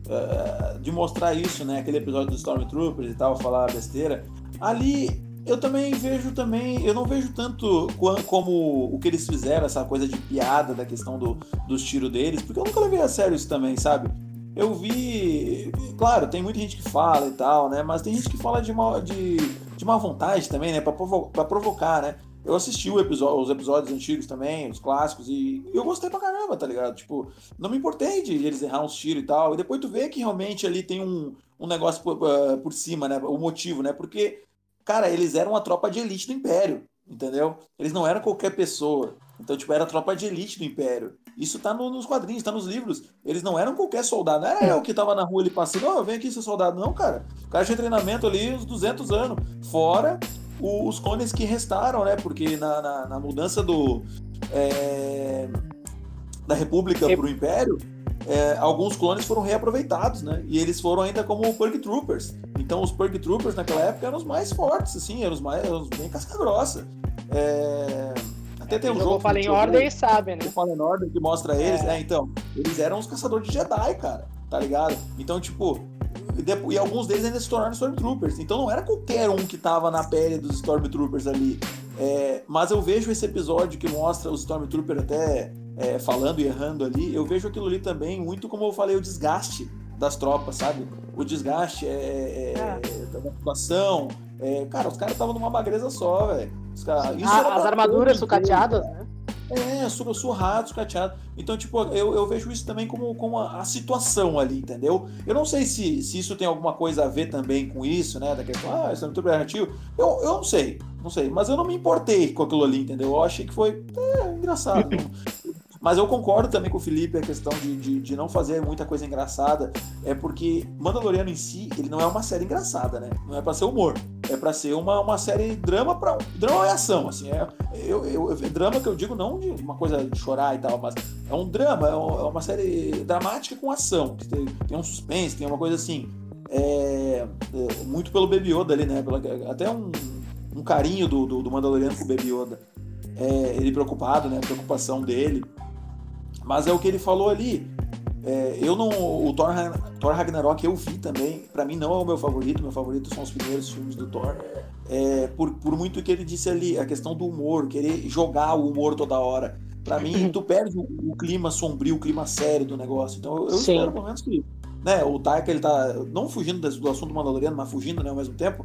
Uh, de mostrar isso, né? Aquele episódio dos Stormtroopers e tal, falar besteira. Ali... Eu também vejo também, eu não vejo tanto como o que eles fizeram, essa coisa de piada da questão do, dos tiros deles, porque eu nunca levei a sério isso também, sabe? Eu vi, claro, tem muita gente que fala e tal, né? Mas tem gente que fala de má, de, de má vontade também, né? Pra, provo- pra provocar, né? Eu assisti o episódio, os episódios antigos também, os clássicos, e eu gostei pra caramba, tá ligado? Tipo, não me importei de eles errar uns tiros e tal, e depois tu vê que realmente ali tem um, um negócio por, uh, por cima, né? O motivo, né? Porque... Cara, eles eram a tropa de elite do Império, entendeu? Eles não eram qualquer pessoa. Então, tipo, era a tropa de elite do Império. Isso tá no, nos quadrinhos, tá nos livros. Eles não eram qualquer soldado. Não era eu que tava na rua ali passando, ó, oh, vem aqui, seu soldado. Não, cara. O cara tinha treinamento ali uns duzentos anos. Fora o, os clones que restaram, né? Porque na, na, na mudança do... É, da República Rep... pro Império... É, alguns clones foram reaproveitados, né? E eles foram ainda como Purge Troopers. Então os Purge Troopers naquela época eram os mais fortes, assim, eram os mais, eram os bem casca-grossa. É... Até é, tem um jogo... O Fallen Order sabe, né? O Fallen Order que mostra eles, é. né? Então, eles eram os caçadores de Jedi, cara, tá ligado? Então, tipo... E, depois, e alguns deles ainda se tornaram Stormtroopers. Então não era qualquer um que tava na pele dos Stormtroopers ali. É... Mas eu vejo esse episódio que mostra os Stormtroopers até... É, falando e errando ali, eu vejo aquilo ali também muito como eu falei, o desgaste das tropas, sabe? O desgaste é, é, é. da situação. É, cara, os caras estavam numa magreza só, velho. Ah, as armaduras sucateadas, né? É, surrado, sucateado. Então, tipo, eu, eu vejo isso também como, como a, a situação ali, entendeu? Eu não sei se, se isso tem alguma coisa a ver também com isso, né? Da questão, ah, isso é muito narrativo. Eu, eu não sei, não sei. Mas eu não me importei com aquilo ali, entendeu? Eu achei que foi é, engraçado. Mas eu concordo também com o Felipe a questão de, de, de não fazer muita coisa engraçada, é porque Mandaloriano em si, ele não é uma série engraçada, né? Não é pra ser humor, é pra ser uma, uma série drama, pra, drama e ação, assim, é, eu, eu, é drama que eu digo não de uma coisa de chorar e tal, mas é um drama, é uma série dramática com ação, que tem, tem um suspense, tem uma coisa assim, é, é, muito pelo Baby Yoda ali, né? Pela, até um, um carinho do, do, do Mandaloriano com o Baby Yoda, é, ele preocupado, né? A preocupação dele. Mas é o que ele falou ali. É, eu não. O Thor, Thor Ragnarok eu vi também, pra mim não é o meu favorito, meu favorito são os primeiros filmes do Thor, é, por, por muito que ele disse ali, a questão do humor, querer jogar o humor toda hora. Pra mim, tu perde o, o clima sombrio, o clima sério do negócio. Então eu, eu espero pelo menos que, né, o Taika, ele tá não fugindo desse, do assunto Mandaloriano, mas fugindo, né, ao mesmo tempo.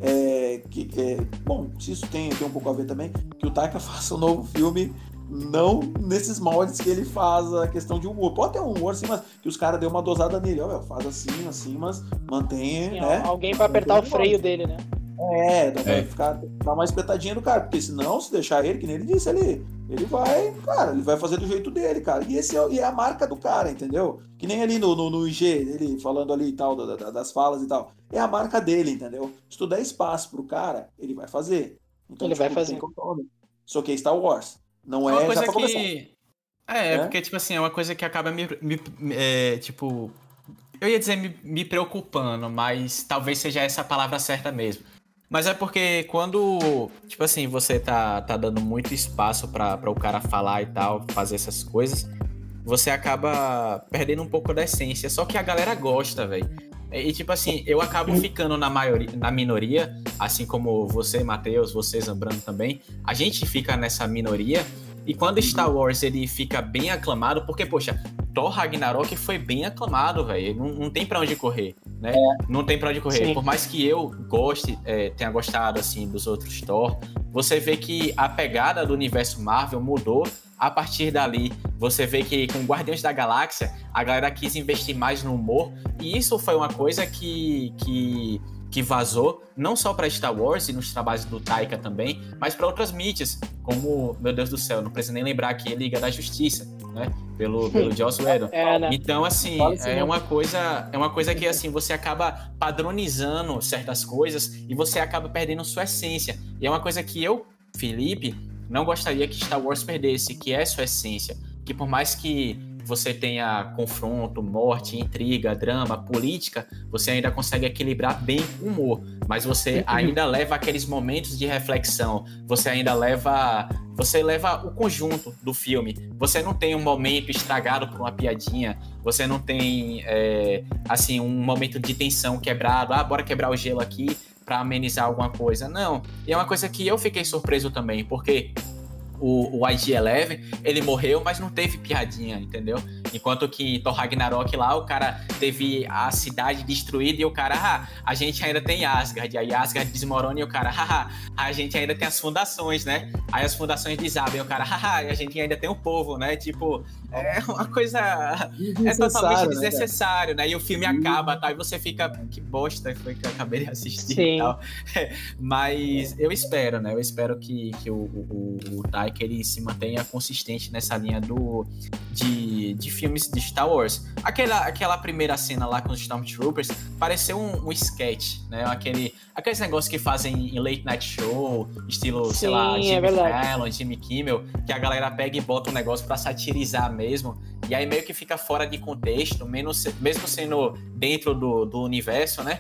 É, que, é, bom, se isso tem, tem um pouco a ver também, que o Taika faça um novo filme não nesses moldes que ele faz a questão de humor. Pode ter um humor assim, mas que os caras dêem uma dosada nele. Ó, faz assim, assim, mas mantenha, Sim, né? Alguém pra apertar o freio dele, né? É, dá pra É. ficar, dar uma espetadinha no cara, porque senão, se deixar ele, que nem ele disse ali, ele vai, cara, ele vai fazer do jeito dele, cara. E esse é, e é a marca do cara, entendeu? Que nem ali no, no, no I G, ele falando ali e tal, da, da, das falas e tal. É a marca dele, entendeu? Se tu der espaço pro cara, ele vai fazer. Então, Ele tipo, vai fazer. tem que... Só que é Star Wars. Não É uma é coisa já pra começar. que... É, é, É? porque, tipo assim, é uma coisa que acaba me... me é, tipo... Eu ia dizer me, me preocupando, mas talvez seja essa a palavra certa mesmo. Mas é porque quando, tipo assim, você tá, tá dando muito espaço pra, pra o cara falar e tal, fazer essas coisas, você acaba perdendo um pouco da essência. Só que a galera gosta, velho. E, tipo assim, eu acabo ficando na, maioria, na minoria, assim como você, Matheus, você, Zambrano também. A gente fica nessa minoria. E quando Star Wars ele fica bem aclamado, porque, poxa, Thor Ragnarok foi bem aclamado, velho. Não, não tem pra onde correr, né? É. Não tem pra onde correr. Sim. Por mais que eu goste, é, tenha gostado, assim, dos outros Thor, você vê que a pegada do universo Marvel mudou a partir dali. Você vê que com Guardiões da Galáxia, a galera quis investir mais no humor. E isso foi uma coisa que... que... que vazou, não só para Star Wars e nos trabalhos do Taika também, mas para outras mídias, como, meu Deus do céu, não preciso nem lembrar aqui, Liga da Justiça, né, pelo, pelo Joss Whedon. É, né? Então, assim, é uma coisa, é uma coisa que, assim, você acaba padronizando certas coisas e você acaba perdendo sua essência. E é uma coisa que eu, Felipe, não gostaria que Star Wars perdesse, que é sua essência. Que por mais que você tenha confronto, morte, intriga, drama, política, você ainda consegue equilibrar bem o humor, mas você ainda leva aqueles momentos de reflexão, você ainda leva, você leva o conjunto do filme, você não tem um momento estragado por uma piadinha, você não tem, é, assim, um momento de tensão quebrado, ah, bora quebrar o gelo aqui para amenizar alguma coisa, não, e é uma coisa que eu fiquei surpreso também, porque o, o I G Eleven, ele morreu, mas não teve piadinha, entendeu? Enquanto que Thor Ragnarok lá, o cara teve a cidade destruída e o cara, ah, a gente ainda tem Asgard, aí Asgard desmorona e o cara, haha, a gente ainda tem as fundações, né? Aí as fundações desabem e o cara, haha, e a gente ainda tem o povo, né? Tipo, é uma coisa, é totalmente desnecessário, né? né? E o filme acaba, tá? E você fica, que bosta foi que eu acabei de assistir Sim. e tal. Mas eu espero, né? Eu espero que, que o, o, o Taika, ele se mantenha consistente nessa linha do, de, de filmes de Star Wars. Aquela, aquela primeira cena lá com os Stormtroopers pareceu um, um sketch, né? Aquele, aqueles negócios que fazem em late night show, estilo, Sim, sei lá, Jimmy é Fallon, Jimmy Kimmel, que a galera pega e bota um negócio pra satirizar mesmo, e aí meio que fica fora de contexto, menos, mesmo sendo dentro do, do universo, né?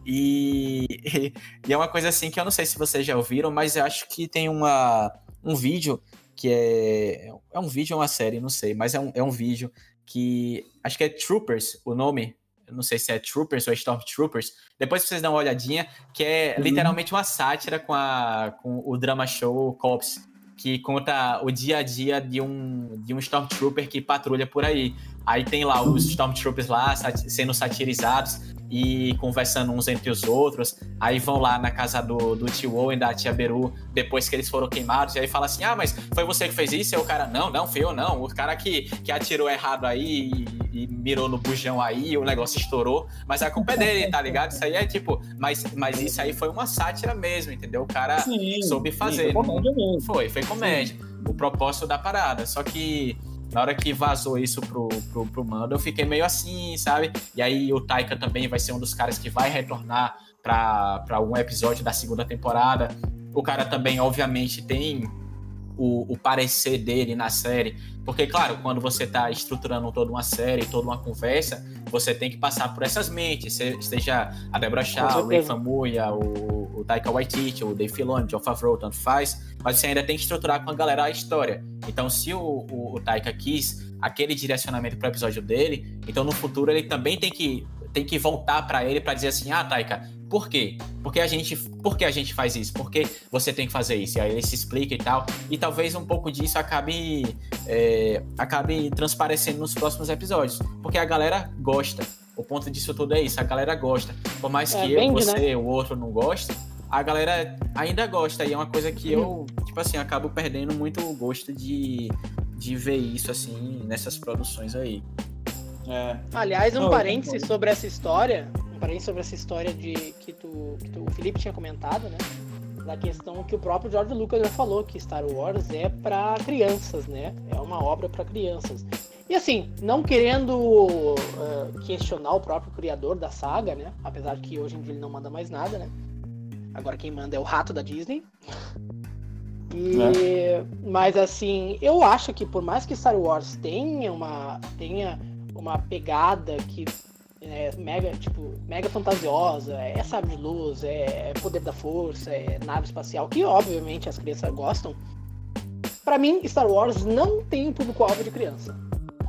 E, e é uma coisa assim que eu não sei se vocês já ouviram, mas eu acho que tem uma, um vídeo que é... É um vídeo ou uma série, não sei, mas é um, é um vídeo que... Acho que é Troopers, o nome. Eu não sei se é Troopers ou Stormtroopers. Depois vocês dão uma olhadinha, que é uhum. literalmente uma sátira com, a, com o drama show Cops, que conta o dia a dia de um, de um Stormtrooper que patrulha por aí. Aí tem lá os Stormtroopers lá sat- sendo satirizados e conversando uns entre os outros. Aí vão lá na casa do, do tio Owen, da tia Beru, depois que eles foram queimados, e aí fala assim, ah, mas foi você que fez isso? E o cara, não, não, foi eu não. O cara que, que atirou errado aí e, e mirou no bujão aí, e o negócio estourou, mas a culpa é dele, tá ligado? Isso aí é tipo, mas, mas isso aí foi uma sátira mesmo, entendeu? O cara sim, soube fazer. Sim, foi comédia mesmo. Foi, foi comédia. Sim. O propósito da parada, só que na hora que vazou isso pro, pro, pro Mando, eu fiquei meio assim, sabe? E aí o Taika também vai ser um dos caras que vai retornar pra, pra algum episódio da segunda temporada. O cara também, obviamente, tem o, o parecer dele na série. Porque, claro, quando você tá estruturando toda uma série, toda uma conversa, você tem que passar por essas mentes. Seja a Deborah Chow, o Ray Famuyiwa, o, o Taika Waititi, o Dave Filoni, o Jon Favreau, tanto faz. Mas você ainda tem que estruturar com a galera a história. Então, se o, o, o Taika quis aquele direcionamento para o episódio dele, então no futuro ele também tem que tem que voltar para ele para dizer assim, ah, Taika, por quê? Por que a gente, por que a gente faz isso? Por que você tem que fazer isso? E aí ele se explica e tal. E talvez um pouco disso acabe, é, acabe transparecendo nos próximos episódios. Porque a galera gosta. O ponto disso tudo é isso, a galera gosta. Por mais que é, eu, vende, você, né? O outro não goste, a galera ainda gosta. E é uma coisa que eu, tipo assim, acabo perdendo muito o gosto de, de ver isso, assim, nessas produções aí. É. Aliás, um não, parêntese sobre essa história, um parêntese sobre essa história de que, tu, que tu, o Felipe tinha comentado, né? Da questão que o próprio George Lucas já falou, que Star Wars é para crianças, né? É uma obra para crianças. E assim, não querendo uh, questionar o próprio criador da saga, né? Apesar de que hoje em dia ele não manda mais nada, né? Agora quem manda é o rato da Disney. E, é. Mas assim, eu acho que por mais que Star Wars tenha uma, tenha uma pegada que é mega, tipo, mega fantasiosa, é sabre de luz, é poder da força, é nave espacial, que obviamente as crianças gostam, pra mim Star Wars não tem um público-alvo de criança.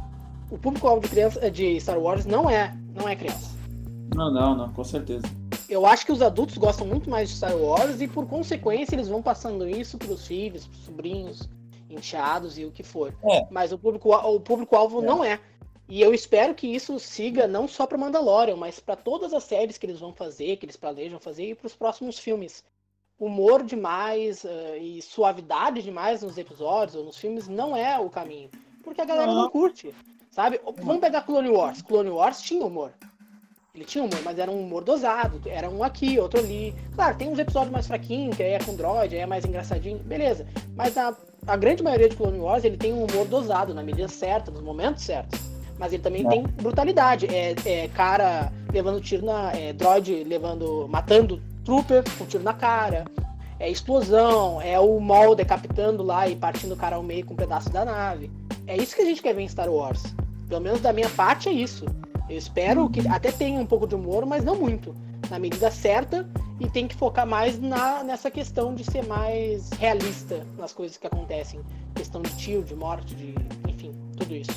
O público-alvo de criança de Star Wars não é, não é criança. Não, não, não, com certeza. Eu acho que os adultos gostam muito mais de Star Wars e, por consequência, eles vão passando isso pros filhos, pros sobrinhos, enteados e o que for. É. Mas o público, o público-alvo é. não é. E eu espero que isso siga não só para Mandalorian, mas para todas as séries que eles vão fazer, que eles planejam fazer, e para os próximos filmes. Humor demais uh, e suavidade demais nos episódios ou nos filmes não é o caminho. Porque a galera não, não curte. Sabe? Vamos pegar Clone Wars. Clone Wars tinha humor. Ele tinha humor, mas era um humor dosado. Era um aqui, outro ali. Claro, tem uns episódios mais fraquinhos, que aí é com droid, aí é mais engraçadinho. Beleza. Mas a, a grande maioria de Clone Wars, ele tem um humor dosado, na medida certa, nos momentos certos. Mas ele também é. tem brutalidade. É, é cara levando tiro na... É, droid levando... Matando trooper com tiro na cara. É explosão. É o Maul decapitando lá e partindo o cara ao meio com um pedaço da nave. É isso que a gente quer ver em Star Wars. Pelo menos da minha parte é isso. Eu espero que até tenha um pouco de humor, mas não muito. Na medida certa, e tem que focar mais na, nessa questão de ser mais realista nas coisas que acontecem. Questão de tiro, de morte, de... enfim, tudo isso.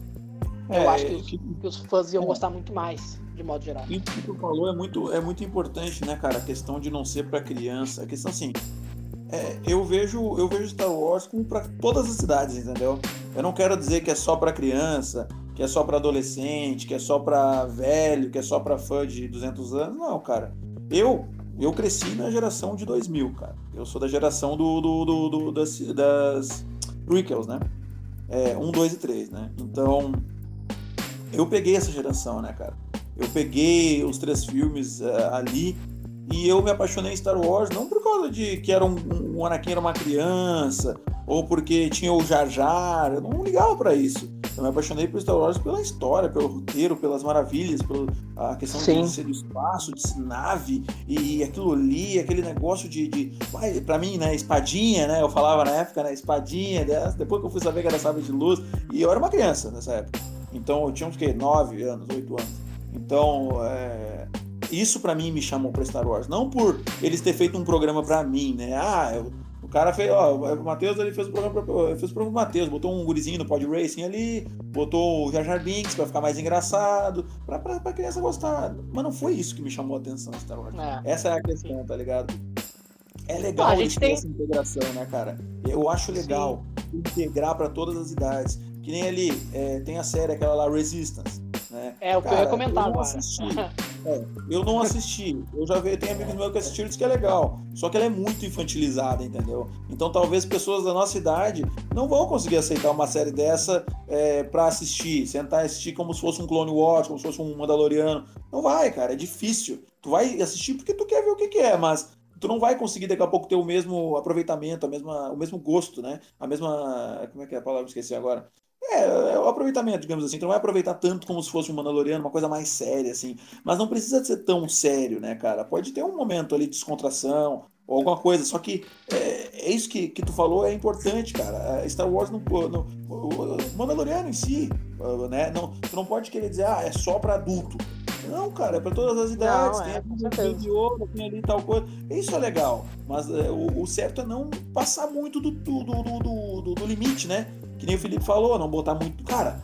É, Eu acho que os, que os fãs iam é. gostar muito mais, de modo geral. Isso que tu falou é muito, é muito importante, né, cara? A questão de não ser pra criança. A questão assim... É, eu vejo eu vejo Star Wars como para todas as idades, entendeu? Eu não quero dizer que é só para criança, que é só para adolescente, que é só para velho, que é só para fã de duzentos anos. Não, cara. Eu eu cresci na geração de dois mil, cara. Eu sou da geração do, do, do, do das, das prequels, né? É, um, dois e três, né? Então, eu peguei essa geração, né, cara? Eu peguei os três filmes uh, ali. E eu me apaixonei em Star Wars não por causa de que era um, um, o Anakin era uma criança, ou porque tinha o Jar Jar, eu não ligava pra isso. Eu me apaixonei por Star Wars pela história, pelo roteiro, pelas maravilhas, pela questão Sim. de ser do espaço, de ser nave, e aquilo ali, aquele negócio de, de... Pra mim, né, espadinha, né, eu falava na época, né, espadinha, depois que eu fui saber que era sabre de luz, e eu era uma criança nessa época. Então eu tinha uns, que, nove anos, oito anos. Então, é... isso pra mim me chamou pra Star Wars. Não por eles ter feito um programa pra mim, né? Ah, eu, o cara fez, ó, o Matheus ele fez o programa pra, fez o programa pro Matheus, botou um gurizinho no Pod Racing ali, botou o Jar Jar Binks pra ficar mais engraçado, pra, pra, pra criança gostar. Mas não foi isso que me chamou a atenção em Star Wars. É. Essa é a questão, tá ligado? É legal a gente tem essa integração, né, cara? Eu acho legal Sim. integrar pra todas as idades. Que nem ali, é, tem a série, aquela lá, Resistance. Né? É, o que cara, eu ia comentar eu não agora. Assisti. É, eu não assisti. Eu já vi, tem amigos meus que assistiram e dizem que é legal. Só que ela é muito infantilizada, entendeu? Então talvez pessoas da nossa idade não vão conseguir aceitar uma série dessa é, pra assistir. Sentar e assistir como se fosse um Clone Wars, como se fosse um Mandaloriano. Não vai, cara, é difícil. Tu vai assistir porque tu quer ver o que, que é, mas tu não vai conseguir daqui a pouco ter o mesmo aproveitamento, a mesma, o mesmo gosto, né? A mesma... Como é que é a palavra? Esqueci agora. É, é o aproveitamento, digamos assim. Tu não vai aproveitar tanto como se fosse um Mandaloriano, uma coisa mais séria, assim. Mas não precisa ser tão sério, né, cara? Pode ter um momento ali de descontração ou alguma coisa. Só que é, é isso que, que tu falou, é importante, cara. Star Wars, não, não, o Mandaloriano em si, né? Não, tu não pode querer dizer, ah, é só pra adulto. Não, cara, é pra todas as idades. Não, tem é, a de ouro, tem ali tal coisa. Isso é legal. Mas é, o, o certo é não passar muito do, do, do, do, do, do limite, né? Que nem o Felipe falou, não botar muito. Cara,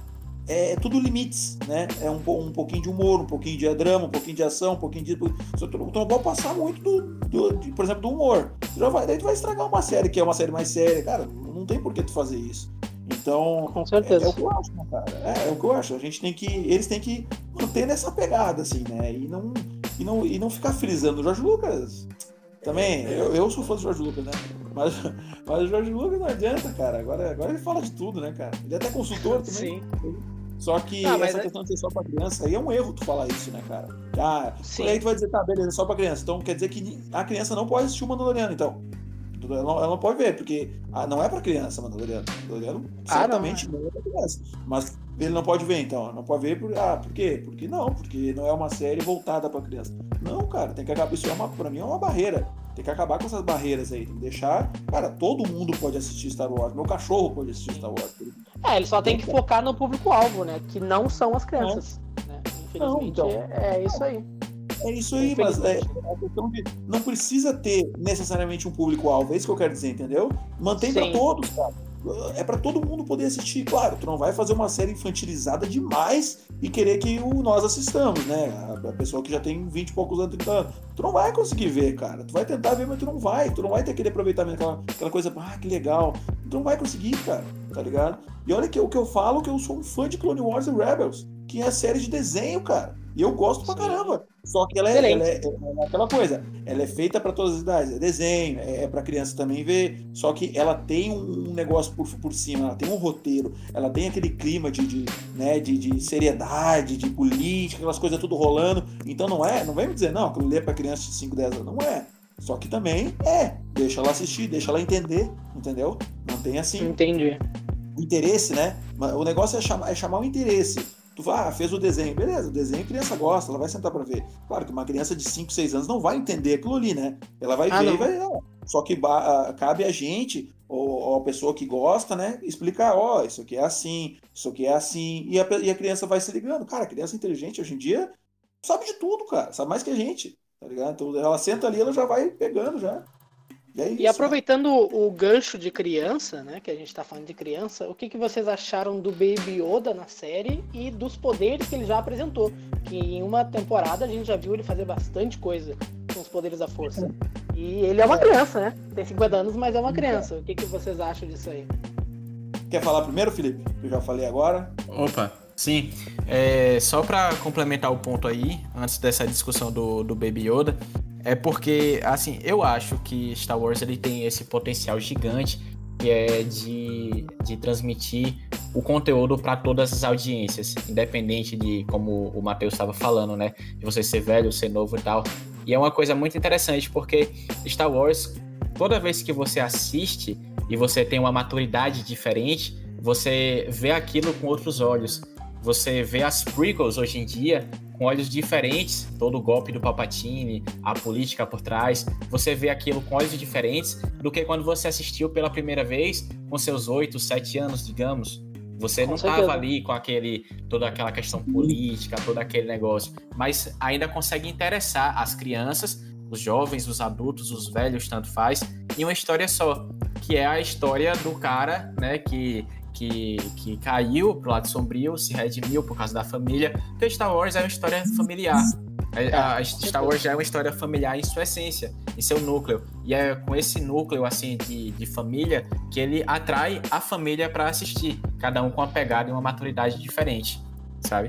é tudo limites, né? É um, um pouquinho de humor, um pouquinho de drama, um pouquinho de ação, um pouquinho de... Só que tu não pode passar muito, do, do, de, por exemplo, do humor. Tu já vai, daí tu vai estragar uma série que é uma série mais séria. Cara, não tem por que tu fazer isso. Então, com certeza. É, é o que eu acho, né, cara? É, é o que eu acho. A gente tem que... Eles têm que manter nessa pegada, assim, né? E não, e não, e não ficar frisando. O Jorge Lucas... Também, eu, eu sou fã do Jorge Lucas, né? Mas, mas o Jorge Lucas não adianta, cara. Agora, agora ele fala de tudo, né, cara? Ele é até consultor também. Sim. Só que ah, essa questão é... de ser só pra criança aí é um erro tu falar isso, né, cara? Ah, Sim. Aí tu vai dizer, tá, beleza, é só pra criança. Então quer dizer que a criança não pode assistir o Mandaloriano, então. Ela não, ela não pode ver, porque ah, não é pra criança, Mandaloriano. Mandaloriano ah, certamente não, não é pra criança. Mas ele não pode ver, então. Não pode ver por. Ah, por quê? Porque não, porque não é uma série voltada pra criança. Não, cara, tem que acabar. Isso é uma, pra mim é uma barreira. Tem que acabar com essas barreiras aí. Tem que deixar. Cara, todo mundo pode assistir Star Wars. Meu cachorro pode assistir Star Wars. É, ele só tem que focar no público-alvo, né? Que não são as crianças. Né? Infelizmente, não, então, é, é isso aí. É isso aí, mas é, a questão de não precisa ter necessariamente um público-alvo, é isso que eu quero dizer, entendeu? Mantém pra todos, cara. É pra todo mundo poder assistir, claro. Tu não vai fazer uma série infantilizada demais e querer que o, nós assistamos, né? A, a pessoa que já tem vinte e poucos anos, trinta anos. Tu não vai conseguir ver, cara. Tu vai tentar ver, mas tu não vai. Tu não vai ter aquele aproveitamento, aquela, aquela coisa, ah, que legal. Tu não vai conseguir, cara, tá ligado? E olha que o que eu falo, que eu sou um fã de Clone Wars e Rebels, que é a série de desenho, cara. E eu gosto pra caramba. Só que ela é, ela é, ela é aquela coisa. Ela é feita pra todas as idades. É desenho, é pra criança também ver. Só que ela tem um negócio por, por cima. Ela tem um roteiro. Ela tem aquele clima de, de, né, de, de seriedade, de política, aquelas coisas tudo rolando. Então não é, não vem me dizer, não, aquilo ali é pra criança de cinco, dez anos. Não é. Só que também é. Deixa ela assistir, deixa ela entender. Entendeu? Não tem assim... Entendi. Interesse, né? O negócio é chamar, é chamar o interesse. Tu vai, ah, fez o desenho, beleza, o desenho a criança gosta, ela vai sentar pra ver. Claro que uma criança de cinco, seis anos não vai entender aquilo ali, né? Ela vai ah, ver não. e vai... Ah, só que ah, cabe a gente, ou, ou a pessoa que gosta, né, explicar, ó, oh, isso aqui é assim, isso aqui é assim, e a, e a criança vai se ligando. Cara, a criança inteligente hoje em dia sabe de tudo, cara, sabe mais que a gente, tá ligado? Então ela senta ali, ela já vai pegando já. E, é isso, e aproveitando o, o gancho de criança, né, que a gente tá falando de criança, o que, que vocês acharam do Baby Yoda na série e dos poderes que ele já apresentou? Que em uma temporada a gente já viu ele fazer bastante coisa com os poderes da força. E ele é uma criança, né? Tem cinquenta anos, mas é uma criança. O que, que vocês acham disso aí? Quer falar primeiro, Felipe? Eu já falei agora. Opa, sim. É, só para complementar o ponto aí, antes dessa discussão do, do Baby Yoda, é porque, assim, eu acho que Star Wars ele tem esse potencial gigante que é de, de transmitir o conteúdo para todas as audiências, independente de, como o Matheus estava falando, né, de você ser velho, ser novo e tal. E é uma coisa muito interessante porque Star Wars, toda vez que você assiste e você tem uma maturidade diferente, você vê aquilo com outros olhos. Você vê as prequels hoje em dia com olhos diferentes, todo o golpe do Palpatine, a política por trás, você vê aquilo com olhos diferentes do que quando você assistiu pela primeira vez com seus oito, sete anos, digamos. Você não estava ali com aquele, toda aquela questão política, todo aquele negócio, mas ainda consegue interessar as crianças, os jovens, os adultos, os velhos, tanto faz, em uma história só, que é a história do cara, né, que... Que, que caiu pro lado sombrio, se redimiu por causa da família, porque Star Wars é uma história familiar. A, a Star Wars já é uma história familiar em sua essência, em seu núcleo. E é com esse núcleo assim de, de família que ele atrai a família para assistir, cada um com uma pegada e uma maturidade diferente, sabe?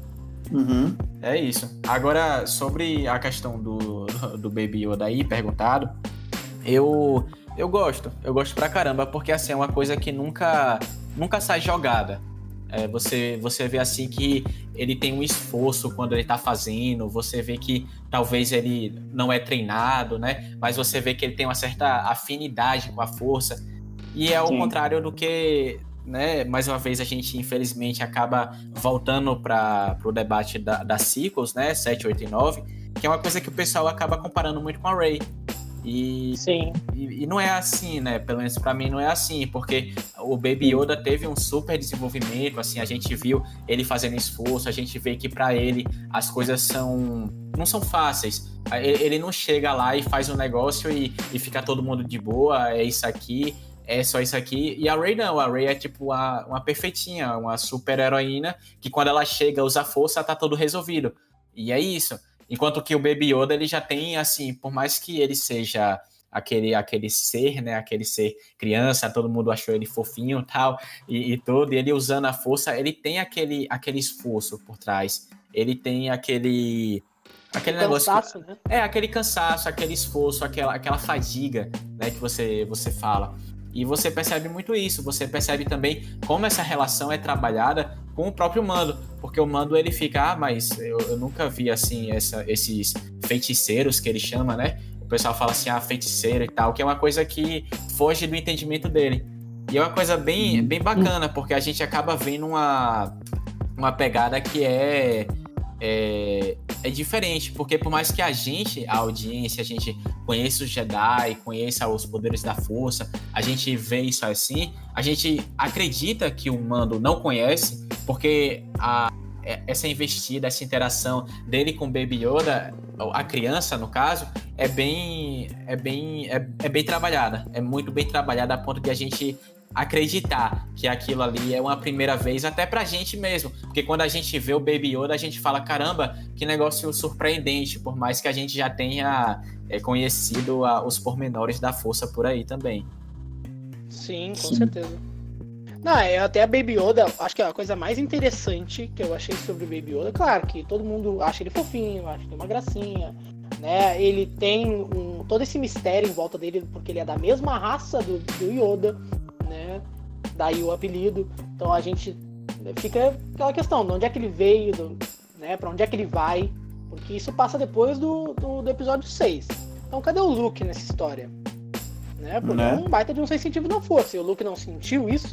Uhum. É isso. Agora, sobre a questão do, do Baby Yoda aí, perguntado, eu... Eu gosto, eu gosto pra caramba, porque assim, é uma coisa que nunca, nunca sai jogada. É, você, você vê assim que ele tem um esforço quando ele tá fazendo, você vê que talvez ele não é treinado, né? Mas você vê que ele tem uma certa afinidade com a força. E é ao Sim. contrário do que, né? Mais uma vez a gente, infelizmente, acaba voltando para o debate da, das sequels, né? sete, oito e nove, que é uma coisa que o pessoal acaba comparando muito com a Rey. E, Sim. E, e não é assim, né? Pelo menos pra mim não é assim, porque o Baby Yoda teve um super desenvolvimento, assim, a gente viu ele fazendo esforço, a gente vê que pra ele as coisas são não são fáceis. Ele não chega lá e faz um negócio e, e fica todo mundo de boa, é isso aqui. é só isso aqui. E a Rey não, a Rey é tipo uma, uma perfeitinha, uma super heroína, que quando ela chega, usa a força, tá tudo resolvido. E é isso. Enquanto que o Baby Yoda, ele já tem, assim, por mais que ele seja aquele, aquele ser, né, aquele ser criança, todo mundo achou ele fofinho tal, e, e tudo, e ele usando a força, ele tem aquele, aquele esforço por trás. Ele tem aquele... Aquele o negócio cansaço, que, né? É, aquele cansaço, aquele esforço, aquela, aquela fadiga, né, que você, você fala. E você percebe muito isso, você percebe também como essa relação é trabalhada com o próprio Mando, porque o Mando ele fica, ah, mas eu, eu nunca vi assim essa, esses feiticeiros que ele chama, né? O pessoal fala assim, ah, feiticeiro e tal, que é uma coisa que foge do entendimento dele. E é uma coisa bem, bem bacana, porque a gente acaba vendo uma, uma pegada que é... É, é diferente, porque por mais que a gente, a audiência, a gente conheça os Jedi, conheça os poderes da força, a gente vê isso assim, a gente acredita que o Mando não conhece, porque a, essa investida, essa interação dele com o Baby Yoda, a criança no caso, é bem, é bem, é, é bem trabalhada, é muito bem trabalhada a ponto de a gente acreditar que aquilo ali é uma primeira vez até pra gente mesmo, porque quando a gente vê o Baby Yoda a gente fala, caramba, que negócio surpreendente, por mais que a gente já tenha é, conhecido a, os pormenores da força por aí também. Sim, com Sim. certeza. Não, é até a Baby Yoda, acho que é a coisa mais interessante que eu achei sobre o Baby Yoda, claro que todo mundo acha ele fofinho, acha ele uma gracinha, né, ele tem um, todo esse mistério em volta dele, porque ele é da mesma raça do, do Yoda, né? Daí o apelido. Então a gente fica aquela questão, de onde é que ele veio, do, né? Pra onde é que ele vai, porque isso passa depois do, do, do episódio seis. Então cadê o Luke nessa história? Né? Porque né? é um baita de um sensitivo na força, e o Luke não sentiu isso,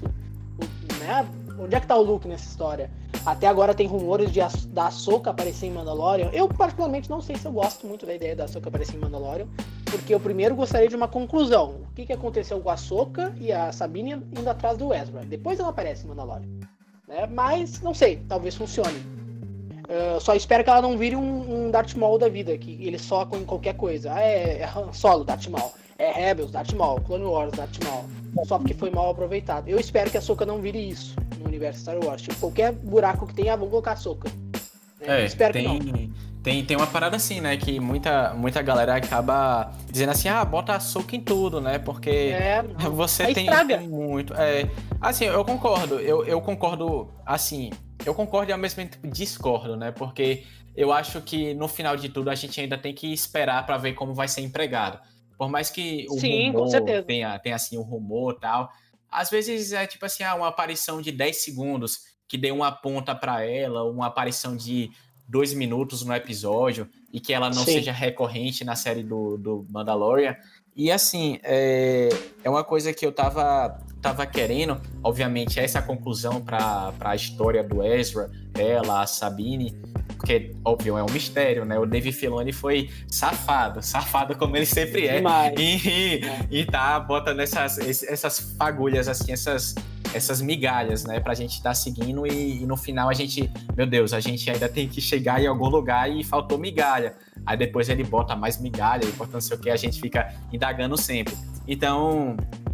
né? Onde é que tá o Luke nessa história? Até agora tem rumores de a, da Ahsoka aparecer em Mandalorian. Eu particularmente não sei se eu gosto muito da ideia da Ahsoka aparecer em Mandalorian, porque eu primeiro gostaria de uma conclusão. O que, que aconteceu com a Ahsoka e a Sabine indo atrás do Ezra? Depois ela aparece em Mandalorian. Né? Mas, não sei, talvez funcione. Uh, só espero que ela não vire um, um Darth Maul da vida, que ele soca em qualquer coisa. Ah, é, é Han Solo, Darth Maul. É Rebels, Darth Maul. Clone Wars, Darth Maul. Só porque foi mal aproveitado. Eu espero que a Ahsoka não vire isso no universo Star Wars. Tipo, qualquer buraco que tenha, vamos colocar a Ahsoka. Né? É, espero tem... que não. Tem, tem uma parada assim, né, que muita, muita galera acaba dizendo assim, ah, bota açúcar em tudo, né, porque é, você Aí tem, tem muito... É, assim, eu concordo, eu, eu concordo, assim, eu concordo e ao mesmo tempo discordo, né, porque eu acho que no final de tudo a gente ainda tem que esperar pra ver como vai ser empregado. Por mais que o Sim, rumor com certeza. tenha, tenha, assim, o rumor e tal, às vezes é tipo assim, ah, uma aparição de dez segundos que dê uma ponta pra ela, uma aparição de dois minutos no episódio e que ela não Sim. seja recorrente na série do, do Mandalorian. E assim, é, é uma coisa que eu tava, tava querendo, obviamente, essa é a conclusão para a história do Ezra, ela, a Sabine, porque, óbvio, é um mistério, né? O Dave Filoni foi safado, safado como ele sempre é. E, e, e tá botando essas, essas fagulhas, assim, essas... essas migalhas, né, pra gente estar tá seguindo e, e no final a gente, meu Deus, a gente ainda tem que chegar em algum lugar e faltou migalha. Aí depois ele bota mais migalha e bota não sei o que, a gente fica indagando sempre. Então,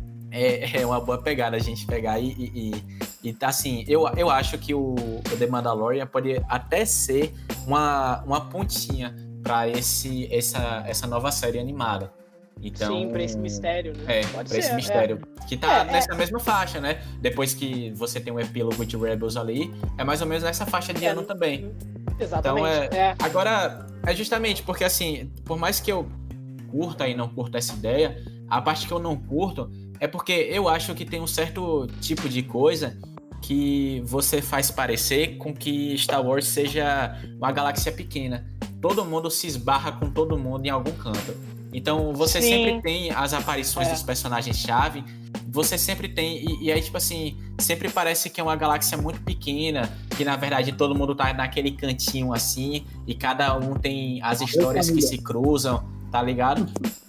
é, é uma boa pegada a gente pegar e, e, e, e assim, eu, eu acho que o, o The Mandalorian pode até ser uma, uma pontinha pra esse, essa, essa nova série animada. Então, sim, pra esse mistério, né? É, Pode pra ser, esse mistério. É. Que tá é, nessa é. mesma faixa, né? Depois que você tem um epílogo de Rebels ali, é mais ou menos nessa faixa de é, ano também. Exatamente. Então, é, é. Agora, é justamente porque, assim, por mais que eu curta e não curta essa ideia, a parte que eu não curto é porque eu acho que tem um certo tipo de coisa que você faz parecer com que Star Wars seja uma galáxia pequena. Todo mundo se esbarra com todo mundo em algum canto. Então, você Sim. sempre tem as aparições é. dos personagens-chave, você sempre tem, e, e aí, tipo assim, sempre parece que é uma galáxia muito pequena, que, na verdade, todo mundo tá naquele cantinho, assim, e cada um tem as histórias que se cruzam, tá ligado?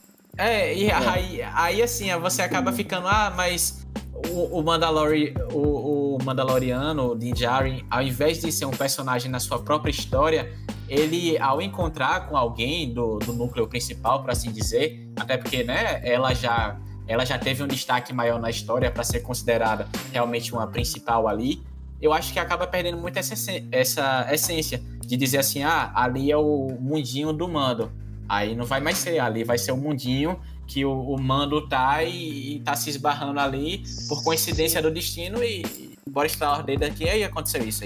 É, e aí, aí assim, você acaba ficando, ah, mas o, o, Mandalori, o, o Mandaloriano, o Din Djarin, ao invés de ser um personagem na sua própria história, ele, ao encontrar com alguém do, do núcleo principal, por assim dizer, até porque, né, ela já ela já teve um destaque maior na história para ser considerada realmente uma principal ali, eu acho que acaba perdendo muito essa, essa essência de dizer assim, ah, ali é o mundinho do Mando. Aí não vai mais ser, ali vai ser o mundinho que o, o Mando tá e, e tá se esbarrando ali por coincidência do destino e bora instalar a ordem daqui, aí aconteceu isso aí.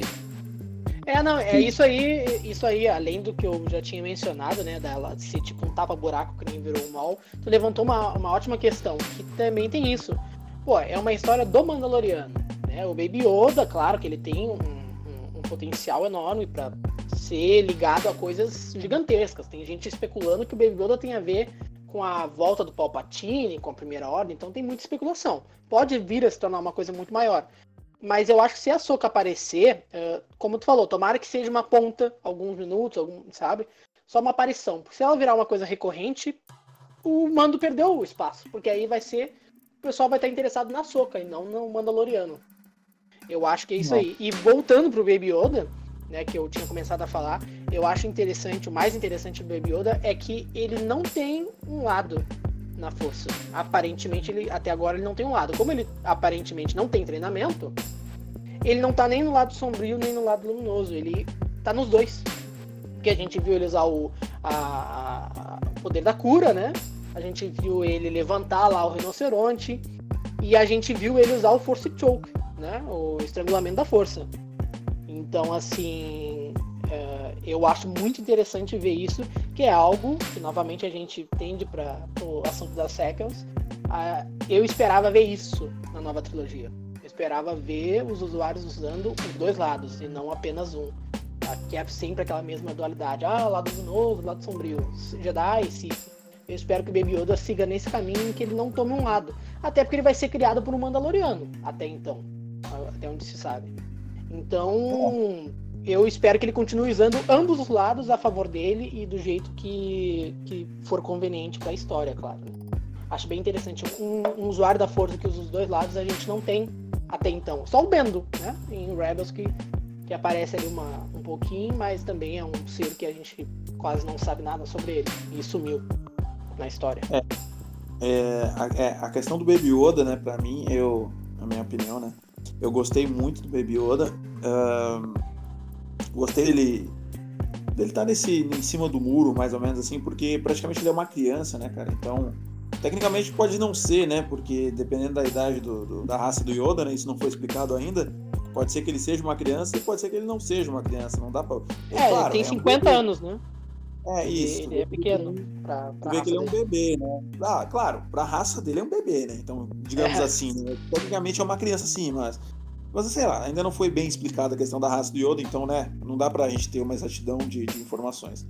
É, não, é isso aí, isso aí, além do que eu já tinha mencionado, né, dela ser tipo um tapa-buraco que nem virou um mal, tu levantou uma, uma ótima questão, que também tem isso. Pô, é uma história do Mandaloriano, né, o Baby Yoda, claro que ele tem um, um, um potencial enorme pra ser ligado a coisas gigantescas, tem gente especulando que o Baby Yoda tem a ver com a volta do Palpatine, com a Primeira Ordem, então tem muita especulação. Pode vir a se tornar uma coisa muito maior. Mas eu acho que se a Ahsoka aparecer, uh, como tu falou, tomara que seja uma ponta, alguns minutos, algum, sabe? Só uma aparição. Porque se ela virar uma coisa recorrente, o Mando perdeu o espaço. Porque aí vai ser... O pessoal vai estar interessado na Ahsoka e não no Mandaloriano. Eu acho que é isso não. aí. E voltando pro Baby Yoda, né, que eu tinha começado a falar, eu acho interessante, o mais interessante do Baby Yoda é que ele não tem um lado na força. Aparentemente, ele, até agora, ele não tem um lado. Como ele aparentemente não tem treinamento, ele não tá nem no lado sombrio, nem no lado luminoso. Ele tá nos dois. Porque a gente viu ele usar o a, a, poder da cura, né? A gente viu ele levantar lá o rinoceronte. E a gente viu ele usar o Force Choke, né? O estrangulamento da força. Então, assim... É, eu acho muito interessante ver isso, que é algo que novamente a gente tende para o assunto das sequels. Uh, eu esperava ver isso na nova trilogia. Eu esperava ver os usuários usando os dois lados e não apenas um. Tá? Que é sempre aquela mesma dualidade. Ah, lado luminoso, lado sombrio, Jedi e Sith. Eu espero que o Baby Yoda siga nesse caminho em que ele não tome um lado. Até porque ele vai ser criado por um Mandaloriano, até então. Até onde se sabe. Então... eu espero que ele continue usando ambos os lados a favor dele e do jeito que, que for conveniente para a história, claro. Acho bem interessante. Um, um usuário da força que usa os dois lados a gente não tem até então. Só o Bendo, né? Em Rebels, que, que aparece ali uma, um pouquinho, mas também é um ser que a gente quase não sabe nada sobre ele. E sumiu na história. É, é, a, é, a questão do Baby Yoda, né? Pra mim, eu, na minha opinião, né? Eu gostei muito do Baby Yoda. Uh, Gostei dele dele estar nesse, em cima do muro, mais ou menos assim, porque praticamente ele é uma criança, né, cara? Então, tecnicamente pode não ser, né? Porque dependendo da idade do, do, da raça do Yoda, né? Isso não foi explicado ainda. Pode ser que ele seja uma criança e pode ser que ele não seja uma criança. Não dá pra... É, é claro, ele tem cinquenta é um anos, né? É isso. Ele é pequeno. Pra, pra tu vê que ele é um bebê, né? Ah, claro, pra raça dele é um bebê, né? Então, digamos é. assim, né? Tecnicamente é uma criança sim, mas... Mas, sei lá, ainda não foi bem explicada a questão da raça do Yoda, então, né, não dá pra gente ter uma exatidão de, de informações.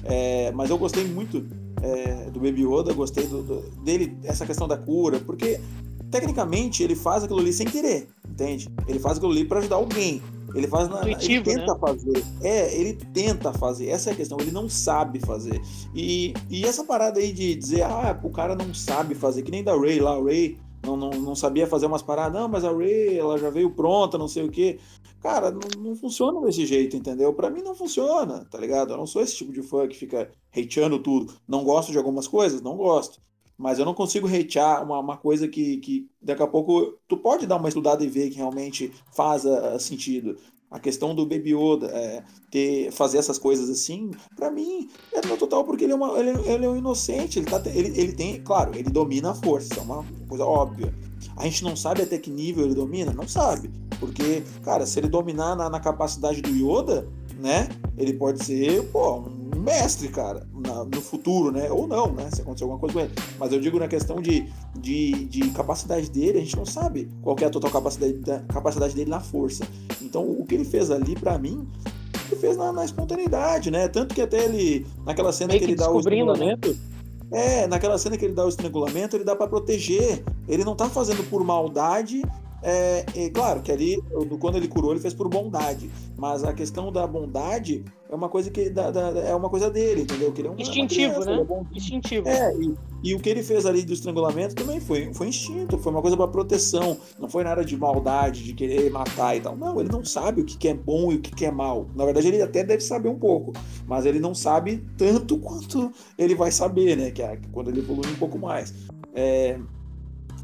É, mas eu gostei muito é, do Baby Yoda, gostei do, do, dele, essa questão da cura, porque, tecnicamente, ele faz aquilo ali sem querer, entende? Ele faz aquilo ali pra ajudar alguém. Ele faz na, ele tenta né? fazer. É, ele tenta fazer. Essa é a questão. Ele não sabe fazer. E, e essa parada aí de dizer, ah, o cara não sabe fazer, que nem da Rey lá, a Rey Não, não, não sabia fazer umas paradas, não, mas a Rey, ela já veio pronta, não sei o quê. Cara, não, não funciona desse jeito, entendeu? Pra mim não funciona, tá ligado? Eu não sou esse tipo de fã que fica hateando tudo. Não gosto de algumas coisas? Não gosto. Mas eu não consigo hatear uma, uma coisa que, que daqui a pouco tu pode dar uma estudada e ver que realmente faz a, a sentido. A questão do Baby Yoda, é, ter, fazer essas coisas assim, pra mim, é no total porque ele é, uma, ele, ele é um inocente, ele, tá, ele, ele tem, claro, ele domina a força, isso é uma coisa óbvia. A gente não sabe até que nível ele domina? Não sabe. Porque, cara, se ele dominar na, na capacidade do Yoda, né, ele pode ser, pô, um mestre, cara, na, no futuro, né, ou não, né, se acontecer alguma coisa com ele. Mas eu digo na questão de, de, de capacidade dele, a gente não sabe qual que é a total capacidade, da, capacidade dele na força. Então, o que ele fez ali, pra mim, ele fez na, na espontaneidade, né, tanto que até ele, naquela cena que, que ele dá o estrangulamento, né? É, naquela cena que ele dá o estrangulamento, ele dá pra proteger, ele não tá fazendo por maldade. É, é claro que ali, quando ele curou, ele fez por bondade, mas a questão da bondade é uma coisa que da, da, é uma coisa dele, entendeu? Que ele é um, instintivo, é né? É instintivo. É, e, e o que ele fez ali do estrangulamento também foi, foi instinto, foi uma coisa para proteção, não foi nada de maldade, de querer matar e tal. Não, ele não sabe o que é bom e o que é mal. Na verdade, ele até deve saber um pouco, mas ele não sabe tanto quanto ele vai saber, né? Que é quando ele evolui um pouco mais. É.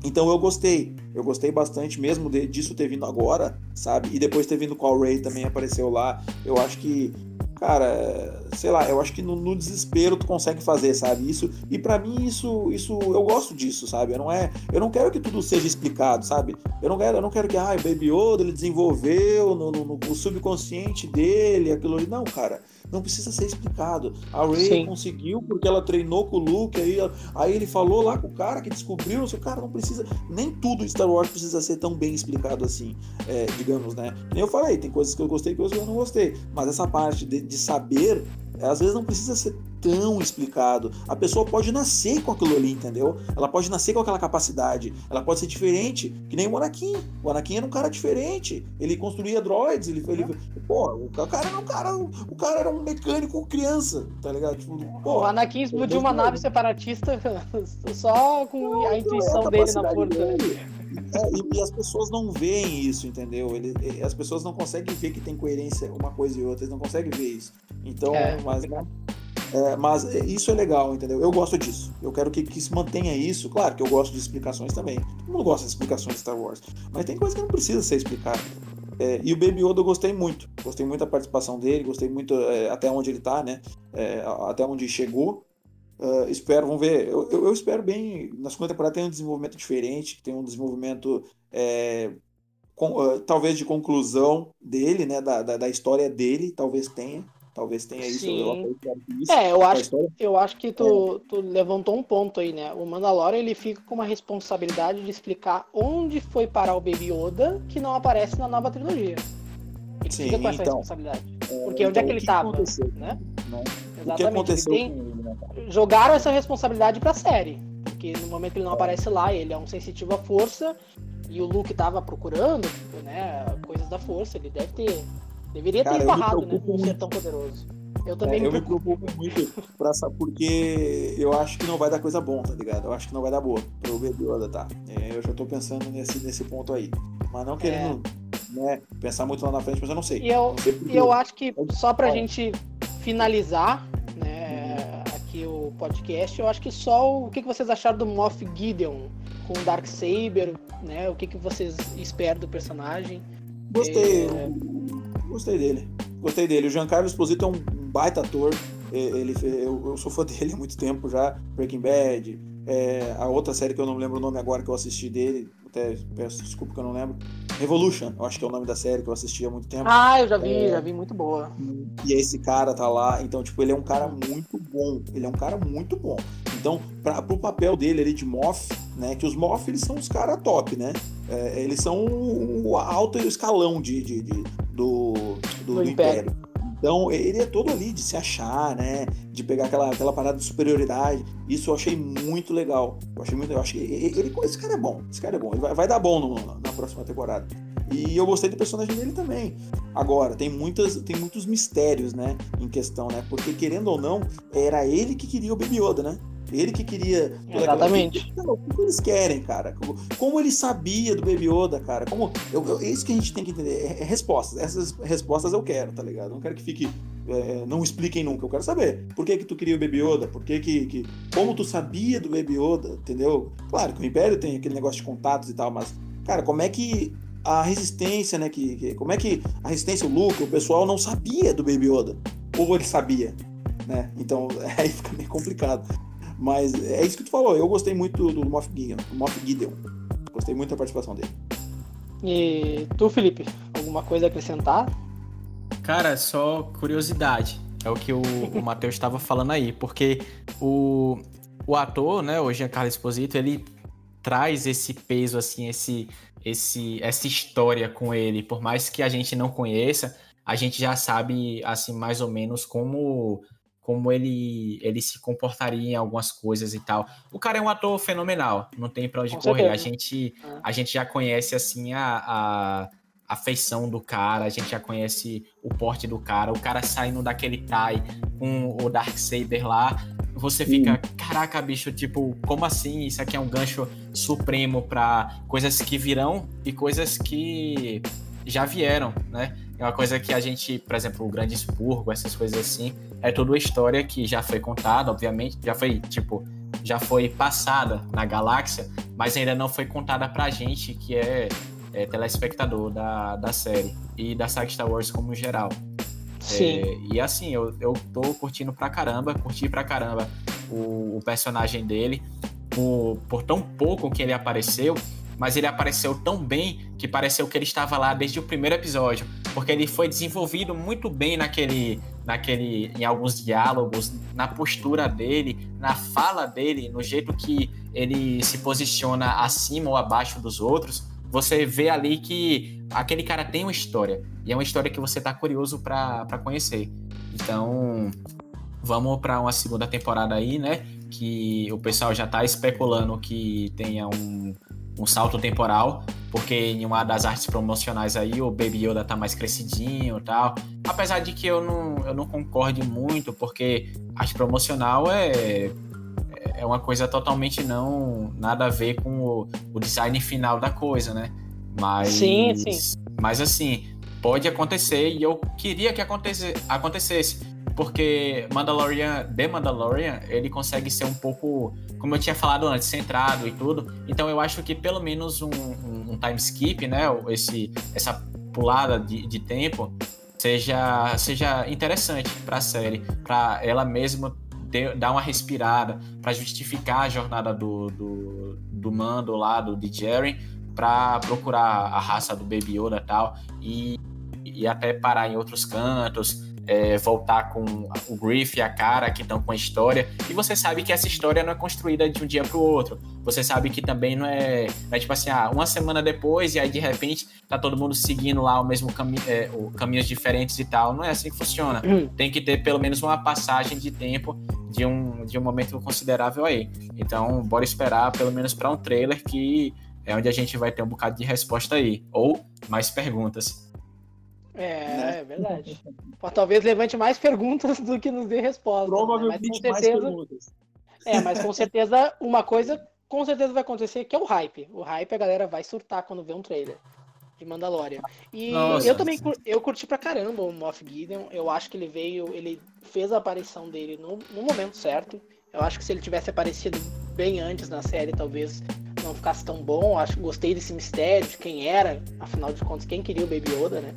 Então eu gostei, eu gostei bastante mesmo de, disso ter vindo agora, sabe? E depois ter vindo com o Ray também apareceu lá. Eu acho que, cara, sei lá, eu acho que no, no desespero tu consegue fazer, sabe? Isso, e pra mim isso, isso, eu gosto disso, sabe? Eu não é, eu não quero que tudo seja explicado, sabe? Eu não quero, eu não quero que, ah, o Baby Yoda ele desenvolveu no, no, no subconsciente dele, aquilo ali. Não, cara. Não precisa ser explicado. A Rey Sim. conseguiu porque ela treinou com o Luke, aí, aí ele falou lá com o cara que descobriu, o cara não precisa, nem tudo em Star Wars precisa ser tão bem explicado assim, é, digamos, né? Nem eu falei, tem coisas que eu gostei e coisas que eu não gostei, mas essa parte de, de saber, às vezes não precisa ser tão explicado. A pessoa pode nascer com aquilo ali, entendeu? Ela pode nascer com aquela capacidade. Ela pode ser diferente, que nem o Anakin. O Anakin era um cara diferente. Ele construía droids. Ele, ele, pô, o cara era um cara, o cara era um mecânico criança, tá ligado? Tipo, pô, o Anakin explodiu uma nave separatista só com não, a intuição a dele na força. É, e, e as pessoas não veem isso, entendeu? Ele, as pessoas não conseguem ver que tem coerência uma coisa e outra. Eles não conseguem ver isso. Então, é. mas... É, mas isso é legal, entendeu? Eu gosto disso. Eu quero que, que se mantenha isso. Claro que eu gosto de explicações também. Todo mundo gosta de explicações de Star Wars. Mas tem coisa que não precisa ser explicada. É, e o Baby Yoda eu gostei muito. Gostei muito da participação dele. Gostei muito é, até onde ele tá, né? É, até onde chegou. Uh, espero, vamos ver. Eu, eu, eu espero bem. Na segunda temporada tem um desenvolvimento diferente. Tem um desenvolvimento... É, com, uh, talvez de conclusão dele, né? Da, da, da história dele. Talvez tenha. Talvez tenha isso, Sim. eu isso. É, eu acho, eu acho que tu, tu levantou um ponto aí, né? O Mandalorian, ele fica com uma responsabilidade de explicar onde foi parar o Baby Yoda, que não aparece na nova trilogia. Ele Sim, fica com essa então, responsabilidade. É, Porque onde então, é que ele que tava, aconteceu? né? Né? Exatamente. O que aconteceu ele tem... com ele, né? Jogaram essa responsabilidade pra série. Porque no momento que ele não aparece lá, ele é um sensitivo à força, e o Luke tava procurando, né, coisas da força, ele deve ter... Deveria Cara, ter eu me esbarrado, né? preocupo Não ser muito. tão poderoso. Eu também É, me eu me preocupo. preocupo muito pra essa, porque eu acho que não vai dar coisa boa, tá ligado? Eu acho que não vai dar boa pro Baby Yoda, tá? É, eu já tô pensando nesse, nesse ponto aí. Mas não querendo é. né, pensar muito lá na frente, mas eu não sei. E eu, não sei eu acho que só pra é. gente finalizar, né, aqui o podcast, eu acho que só o que vocês acharam do Moff Gideon com o Darksaber, né? O que, que vocês esperam do personagem? Gostei, É... gostei dele. Gostei dele. O Giancarlo Esposito é um baita ator. Ele, eu, eu sou fã dele há muito tempo já. Breaking Bad. É, a outra série que eu não lembro o nome agora que eu assisti dele. Até peço desculpa que eu não lembro. Revolution, eu acho que é o nome da série que eu assisti há muito tempo. Ah, eu já vi, é, já vi, muito boa. E esse cara tá lá. Então, tipo, ele é um cara muito bom. Ele é um cara muito bom. Então, pra, pro papel dele ali de Moff, né? Que os Moff, eles são os caras top, né? É, eles são o alto escalão de, de, de, do, do, do Império. Império. Então, ele é todo ali de se achar, né? De pegar aquela, aquela parada de superioridade. Isso eu achei muito legal. Eu achei muito, eu achei, ele, ele, esse cara é bom. Esse cara é bom. Ele vai, vai dar bom no, na próxima temporada. E eu gostei do personagem dele também. Agora, tem, muitas, tem muitos mistérios, né? Em questão, né? Porque, querendo ou não, era ele que queria o Baby Yoda, né? Ele que queria... Exatamente. Aquela... O que eles querem, cara? Como, como ele sabia do Baby Yoda, cara? Como... Eu, eu, é isso que a gente tem que entender. É, é respostas. Essas respostas eu quero, tá ligado? Eu não quero que fique... É, não expliquem nunca. Eu quero saber. Por que que tu queria o Baby Yoda? Por que que... que... Como tu sabia do Baby Yoda? Entendeu? Claro que o Império tem aquele negócio de contatos e tal, mas... Cara, como é que... A resistência, né? Que, que... Como é que a resistência, o Luke, o pessoal não sabia do Baby Yoda? Ou ele sabia? Né? Então, aí fica meio complicado. Mas é isso que tu falou. Eu gostei muito do Moff Gideon. Do Moff Gideon. Gostei muito da participação dele. E tu, Felipe? Alguma coisa a acrescentar? Cara, só curiosidade. É o que o, o Matheus estava falando aí. Porque o, o ator, né, o Giancarlo Esposito, ele traz esse peso, assim, esse, esse, essa história com ele. Por mais que a gente não conheça, a gente já sabe, assim, mais ou menos como... como ele, ele se comportaria em algumas coisas e tal. O cara é um ator fenomenal, não tem pra onde Com correr. certeza. A gente, a gente já conhece, assim, a, a, a feição do cara, a gente já conhece o porte do cara, o cara saindo daquele tie com o Darksaber lá, você fica, caraca, bicho, tipo, como assim? Isso aqui é um gancho supremo pra coisas que virão e coisas que já vieram, né? É uma coisa que a gente, por exemplo, o Grande Expurgo, essas coisas assim, é toda uma história que já foi contada, obviamente, já foi, tipo, já foi passada na galáxia, mas ainda não foi contada pra gente, que é, é telespectador da, da série e da saga Star Wars como geral. Sim. É, e assim, eu, eu tô curtindo pra caramba, curti pra caramba o, o personagem dele, por, por tão pouco que ele apareceu, mas ele apareceu tão bem que pareceu que ele estava lá desde o primeiro episódio, porque ele foi desenvolvido muito bem naquele, naquele, em alguns diálogos, na postura dele, na fala dele, no jeito que ele se posiciona acima ou abaixo dos outros. Você vê ali que aquele cara tem uma história, e é uma história que você tá curioso para conhecer. Então, vamos para uma segunda temporada aí, né? Que o pessoal já tá especulando que tenha um, um salto temporal, porque em uma das artes promocionais aí o Baby Yoda tá mais crescidinho e tal. Apesar de que eu não, eu não concorde muito, porque arte promocional é, é uma coisa totalmente não... nada a ver com o, o design final da coisa, né? Mas, sim, sim. Mas assim, pode acontecer e eu queria que acontecesse, acontecesse porque Mandalorian, The Mandalorian, ele consegue ser um pouco, como eu tinha falado antes, centrado e tudo. Então eu acho que pelo menos um, um, um time skip, né, esse, essa pulada de, de tempo, seja, seja interessante para a série, para ela mesma ter, dar uma respirada, para justificar a jornada do, do, do Mando lá, do Djarin, para procurar a raça do Baby Yoda e tal, e, e até parar em outros cantos. É, voltar com o Griff e a Cara que estão com a história, e você sabe que essa história não é construída de um dia para o outro, você sabe que também não é, não é tipo assim, ah, uma semana depois e aí de repente tá todo mundo seguindo lá o mesmo caminho, é, o, caminhos diferentes e tal, não é assim que funciona. Hum. Tem que ter pelo menos uma passagem de tempo de um, de um momento considerável aí, então bora esperar pelo menos para um trailer que é onde a gente vai ter um bocado de resposta aí, ou mais perguntas. É, né? É verdade. Talvez levante mais perguntas do que nos dê respostas. Provavelmente né? mais perguntas. É, mas com certeza uma coisa com certeza vai acontecer, que é o hype. O hype a galera vai surtar quando vê um trailer de Mandalorian. E Nossa. eu também eu curti pra caramba o Moff Gideon. Eu acho que ele veio, ele fez a aparição dele no, no momento certo. Eu acho que se ele tivesse aparecido bem antes na série, talvez não ficasse tão bom. Eu acho que gostei desse mistério de quem era, afinal de contas, quem queria o Baby Yoda, né?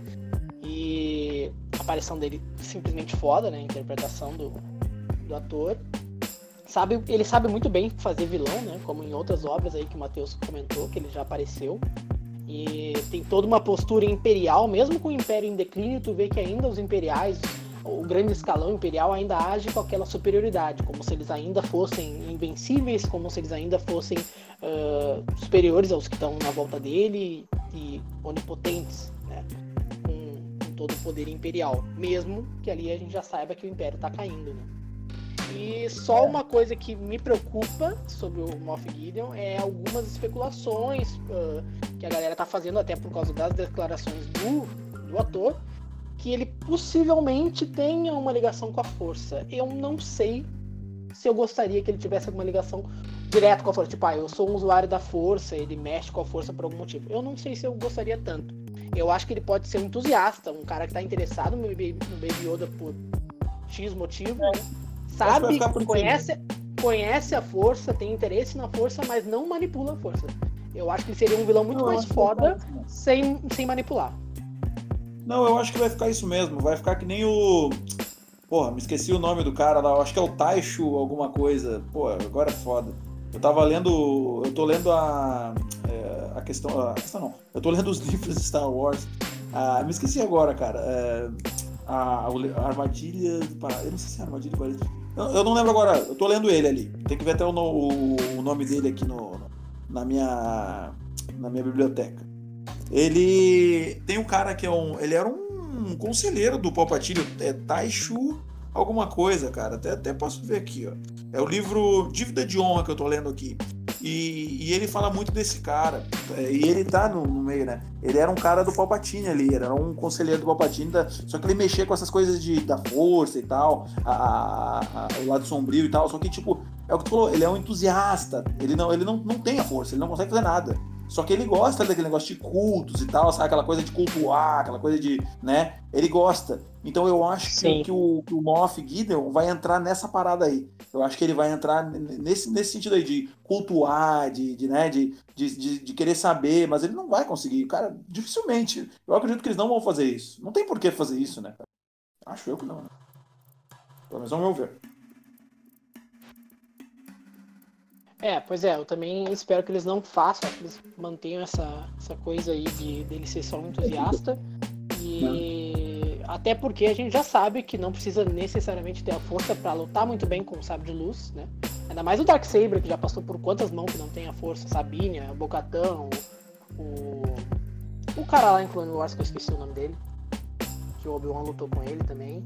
E a aparição dele simplesmente foda, né? A interpretação do, do ator. Sabe, ele sabe muito bem fazer vilão, né? Como em outras obras aí que o Matheus comentou, que ele já apareceu. E tem toda uma postura imperial, mesmo com o Império em declínio, tu vê que ainda os imperiais, o grande escalão imperial ainda age com aquela superioridade, como se eles ainda fossem invencíveis, como se eles ainda fossem uh, superiores aos que estão na volta dele e onipotentes, né? Todo o poder imperial, mesmo que ali a gente já saiba que o Império está caindo, né? E só uma coisa que me preocupa sobre o Moff Gideon é algumas especulações uh, que a galera tá fazendo, até por causa das declarações do, do ator, que ele possivelmente tenha uma ligação com a Força. Eu não sei se eu gostaria que ele tivesse alguma ligação direta com a Força, tipo, ah, eu sou um usuário da Força, ele mexe com a Força por algum motivo. Eu não sei se eu gostaria tanto. Eu acho que ele pode ser um entusiasta, um cara que tá interessado no Baby, no Baby Yoda por X motivo, né? Sabe, conhece, conhece a Força, tem interesse na Força, mas não manipula a Força. Eu acho que ele seria um vilão muito não, mais foda sem, sem manipular. Não, eu acho que vai ficar isso mesmo, vai ficar que nem o... Porra, me esqueci o nome do cara lá, eu acho que é o Taishu alguma coisa. Pô, agora é foda. Eu tava lendo, eu tô lendo a... É, a questão, a questão não, eu tô lendo os livros de Star Wars. Ah, me esqueci agora, cara. É, a, a Armadilha... Eu não sei se é a Armadilha... Eu, eu não lembro agora, eu tô lendo ele ali. Tem que ver até o, o, o nome dele aqui no, na, minha, na minha biblioteca. Ele tem um cara que é um... Ele era um conselheiro do Palpatine, é Taishu alguma coisa, cara. Até, até posso ver aqui, ó. É o livro Dívida de Honra que eu tô lendo aqui. E, e ele fala muito desse cara. E ele tá no, no meio, né? Ele era um cara do Palpatine ali, era um conselheiro do Palpatine, da, só que ele mexia com essas coisas de, da força e tal, a, a, a, o lado sombrio e tal, só que, tipo, é o que tu falou, ele é um entusiasta, ele não, ele não, não tem a força, ele não consegue fazer nada. Só que ele gosta daquele negócio de cultos e tal, sabe? Aquela coisa de cultuar, aquela coisa de, né? Ele gosta. Então eu acho que, que, o, que o Moff Gideon vai entrar nessa parada aí. Eu acho que ele vai entrar nesse, nesse sentido aí de cultuar, de, de, né? de, de, de, de querer saber, mas ele não vai conseguir. Cara, dificilmente. Eu acredito que eles não vão fazer isso. Não tem por que fazer isso, né? Acho eu que não. Né? Pelo menos ao meu ver. É, pois é, eu também espero que eles não façam, que eles mantenham essa, essa coisa aí de dele ser só um entusiasta. E até porque a gente já sabe que não precisa necessariamente ter a força pra lutar muito bem com o sabre de luz, né? Ainda mais o Darksaber, que já passou por quantas mãos que não tem a força, Sabine, o Bo-Katan, o, o cara lá em Clone Wars, que eu esqueci o nome dele, que o Obi-Wan lutou com ele também.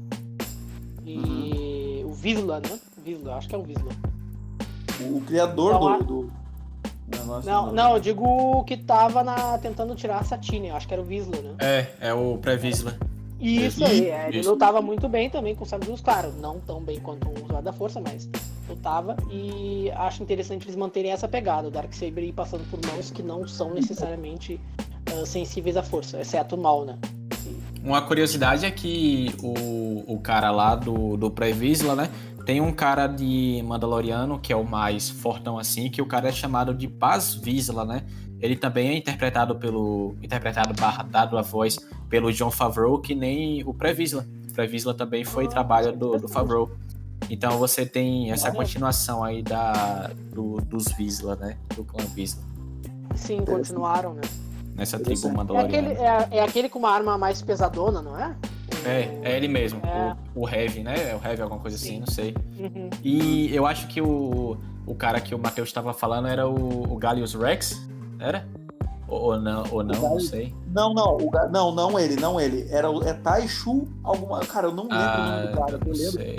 E uhum. o Vizsla, né? Vizsla, acho que é o Vizsla. O, o criador não, do... do... Não, não, não, eu digo o que tava na, tentando tirar a Satine, eu acho que era o Vizsla, né? É, é o pré-Vizsla. Isso aí, é, ele lutava muito bem também com o sabre de luz, claro, não tão bem quanto um usuário da força, mas lutava, e acho interessante eles manterem essa pegada, o Darksaber ir passando por mãos que não são necessariamente uh, sensíveis à força, exceto o Maul, né? Uma curiosidade é que o, o cara lá do, do pré-Vizsla, né? Tem um cara de Mandaloriano, que é o mais fortão assim, que o cara é chamado de Paz Vizsla, né? Ele também é interpretado pelo... Interpretado barra dado a voz pelo Jon Favreau, que nem o pré-Vizsla. O pré-Vizsla também foi ah, trabalho do, do Favreau. Então você tem essa continuação aí da, do, dos Vizsla, né? Do clã Vizsla. Sim, continuaram, né? Nessa tribo Mandaloriana. É aquele, é, é aquele com uma arma mais pesadona, não é? É, é ele mesmo, é. o, o Heavy, né? É o Heavy, alguma coisa Sim. assim, não sei. Uhum. E eu acho que o, o cara que o Matheus estava falando era o, o Gallius Rex, era? Ou, ou não, ou não, não sei. Não, não, o, não, não ele, não ele. Era o é Taishu alguma... Cara, eu não lembro ah, o nome do cara. Eu não sei.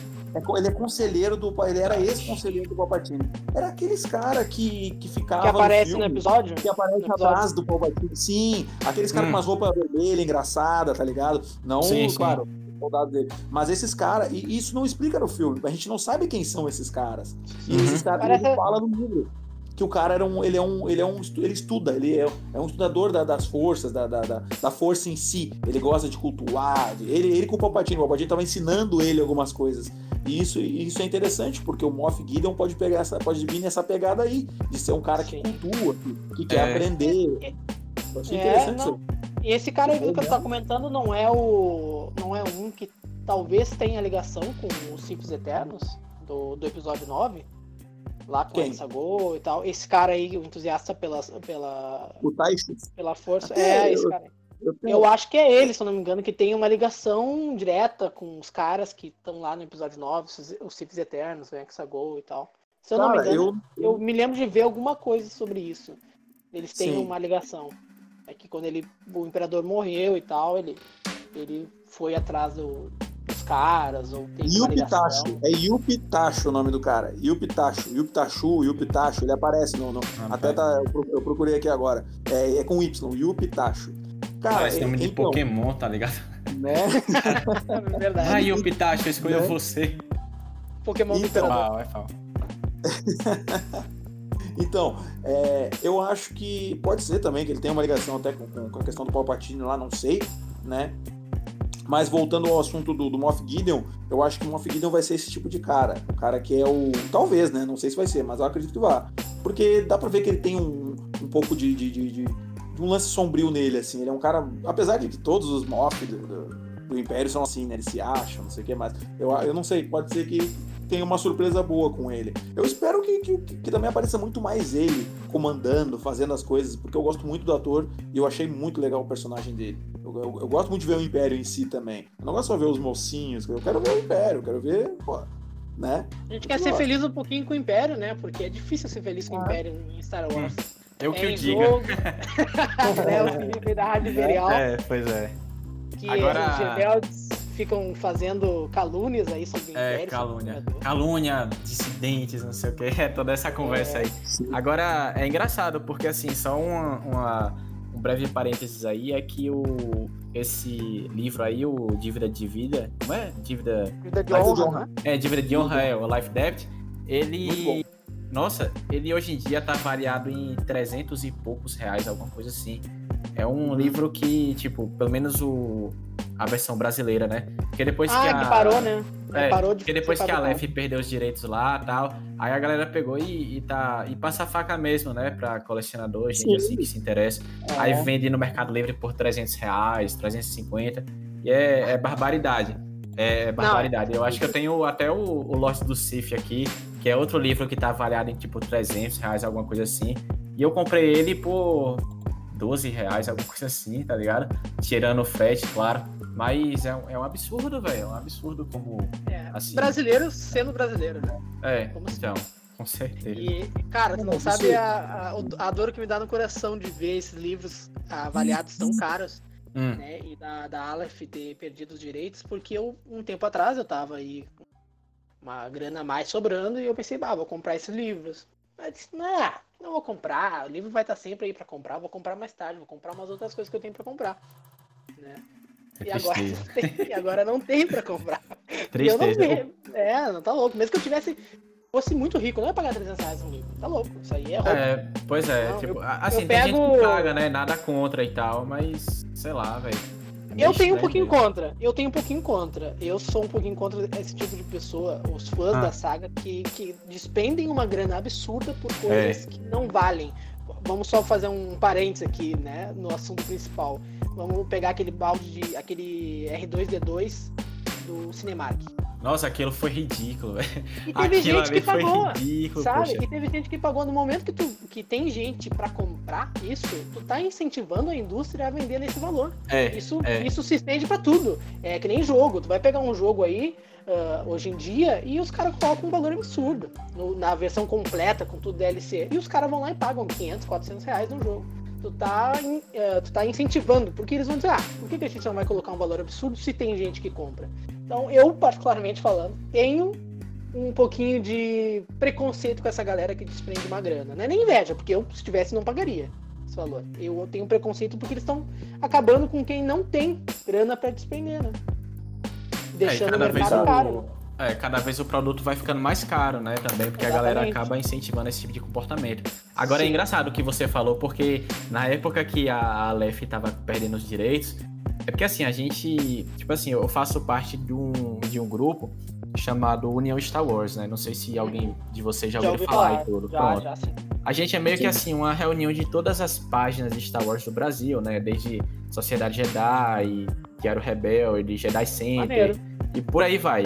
É, ele é conselheiro do... Ele era ex-conselheiro do Palpatine. Era aqueles caras que, que ficavam. Que aparece no, filme, no episódio? Que aparece no atrás episódio. do Palpatine. Sim, aqueles caras hum. com umas roupas vermelhas, engraçadas, tá ligado? Não, sim, claro, sim. soldado dele. Mas esses caras, e isso não explica no filme. A gente não sabe quem são esses caras. E uhum. esses caras, Parece... ele fala no livro. Que o cara era um, ele é um, ele é um, ele estuda, ele é, é um estudador da, das forças, da, da, da força em si. Ele gosta de cultuar, ele, ele com o Palpatine, o Palpatine estava ensinando ele algumas coisas. E isso, isso é interessante, porque o Moff Gideon pode pegar essa, pode vir nessa pegada aí, de ser um cara que Sim. cultua, que, que quer é. aprender. Eu achei é, interessante não. isso. E esse cara aí que você tá comentando não é o, não é um que talvez tenha ligação com os Siths Eternos do, do episódio nove? Lá com a Sago e tal. Esse cara aí, o entusiasta pela, pela, o Taishu. pela força. Até é, esse cara aí. Eu, eu, eu acho que é ele, se eu não me engano, que tem uma ligação direta com os caras que estão lá no episódio nove, os Siths Eternos, o Exagol e tal. Se eu cara, não me engano, eu... eu me lembro de ver alguma coisa sobre isso. Eles têm Sim. uma ligação. É que quando ele, o Imperador morreu e tal, ele, ele foi atrás do... caras, ou tem Yupitacho, é Yupitacho o nome do cara. Yupitacho, Yupitachu, Yupitacho, ele aparece no. no ah, até tá, eu, eu procurei aqui agora. É, é com Y, Yupitacho. Cara, parece nome é, de então, Pokémon, tá ligado? Né? É verdade. Ah, Yupitacho, escolha né? você. Pokémon do então, ah, vai falar. Então, é, eu acho que pode ser também que ele tenha uma ligação até com, com a questão do Palpatine lá, não sei, né? Mas voltando ao assunto do, do Moff Gideon, eu acho que o Moff Gideon vai ser esse tipo de cara. O cara que é o... Talvez, né? Não sei se vai ser, mas eu acredito que vá. Porque dá pra ver que ele tem um, um pouco de, de, de, de, de um lance sombrio nele, assim. Ele é um cara... Apesar de que todos os Moff do, do, do Império são assim, né? Eles se acham, não sei o que mais. Eu, eu não sei, pode ser que tenha uma surpresa boa com ele. Eu espero que, que, que também apareça muito mais ele comandando, fazendo as coisas, porque eu gosto muito do ator e eu achei muito legal o personagem dele. Eu, eu, eu gosto muito de ver o Império em si também. Eu não gosto só de ver os mocinhos, eu quero ver o Império, eu quero ver, pô, né? A gente quer ser feliz um pouquinho com o Império, né? Porque é difícil ser feliz com o Império em Star Wars. Eu que é eu diga. É, o Felipe da Rádio Imperial. É, pois é. Que Agora... os rebeldes ficam fazendo calúnias aí sobre o Império. É, calúnia. Calúnia, dissidentes, não sei o que, é toda essa conversa é, aí. Sim. Agora, é engraçado, porque assim, só uma, uma, um breve parênteses aí, é que o, esse livro aí, o Dívida de Vida, como é? Dívida... Dívida de Honra, né? É, Dívida de Honra, é, o Life Debt, ele... Nossa, ele hoje em dia tá variado em trezentos e poucos reais, alguma coisa assim. É um livro que, tipo, pelo menos o... a versão brasileira, né? Porque depois ah, que a... que parou, né? É, parou de porque depois que a fabricar. Aleph perdeu os direitos lá e tal, aí a galera pegou e, e, tá, e passa a faca mesmo, né? Pra colecionador, gente Sim. assim que se interessa. É. Aí vende no Mercado Livre por trezentos reais, trezentos e cinquenta. E é, é barbaridade. É barbaridade. Eu acho que eu tenho até o, o Lost do Sif aqui, que é outro livro que tá avaliado em tipo trezentos reais, alguma coisa assim. E eu comprei ele por doze reais, alguma coisa assim, tá ligado? Tirando o frete, claro. Mas é um, é um absurdo, velho. É um absurdo como. É, assim... brasileiro sendo brasileiro, né? É, como então, com certeza. E, cara, tu não, não sabe a, a, a dor que me dá no coração de ver esses livros avaliados tão caros, hum. né? E da, da Aleph ter perdido os direitos, porque eu, um tempo atrás, eu tava aí com uma grana a mais sobrando e eu pensei, bah, vou comprar esses livros. Eu disse, não, não vou comprar, o livro vai estar sempre aí pra comprar, vou comprar mais tarde, vou comprar umas outras coisas que eu tenho pra comprar, né? E agora, tem, e agora não tem pra comprar. Tristeza. Eu não é, não tá louco. Mesmo que eu tivesse, fosse muito rico, não ia pagar trezentos reais um livro. Tá louco, isso aí é roubo. É, pois é, não, tipo, eu, assim, eu tem pego... gente que paga, né? Nada contra e tal, mas, sei lá, velho. É eu tenho um pouquinho mesmo. contra, eu tenho um pouquinho contra. Eu sou um pouquinho contra esse tipo de pessoa, os fãs ah. da saga, que, que despendem uma grana absurda por coisas é. que não valem. Vamos só fazer um parênteses aqui, né, no assunto principal. Vamos pegar aquele balde de, aquele R dois D dois do Cinemark. Nossa, aquilo foi ridículo, velho. E teve aquilo gente que pagou, ridículo, sabe? poxa. E teve gente que pagou. No momento que, tu, que tem gente pra comprar isso, tu tá incentivando a indústria a vender nesse valor. É, isso, é. isso se estende pra tudo. É que nem jogo. Tu vai pegar um jogo aí, uh, hoje em dia, e os caras colocam um valor absurdo. No, na versão completa, com tudo D L C. E os caras vão lá e pagam quinhentos, quatrocentos reais no jogo. Tu tá, uh, tu tá incentivando, porque eles vão dizer, ah, por que, que a gente não vai colocar um valor absurdo se tem gente que compra? Então, eu, particularmente falando, tenho um pouquinho de preconceito com essa galera que desprende uma grana. Não é nem inveja, porque eu, se tivesse, não pagaria esse valor. Eu tenho preconceito porque eles estão acabando com quem não tem grana pra desprender, né? Deixando é, o mercado caro. O... É, cada vez o produto vai ficando mais caro, né, também, porque Exatamente. a galera acaba incentivando esse tipo de comportamento. Agora, Sim. é engraçado o que você falou, porque na época que a Aleph tava perdendo os direitos, é porque assim, a gente, tipo assim, eu faço parte de um, de um grupo chamado União Star Wars, né? Não sei se alguém de vocês já, já ouviu falar, falar e tudo. Já, Pronto. já, sim. A gente é meio sim. que assim, uma reunião de todas as páginas de Star Wars do Brasil, né? Desde Sociedade Jedi, Diário Rebelde, Jedi Center, Maneiro. E por aí vai.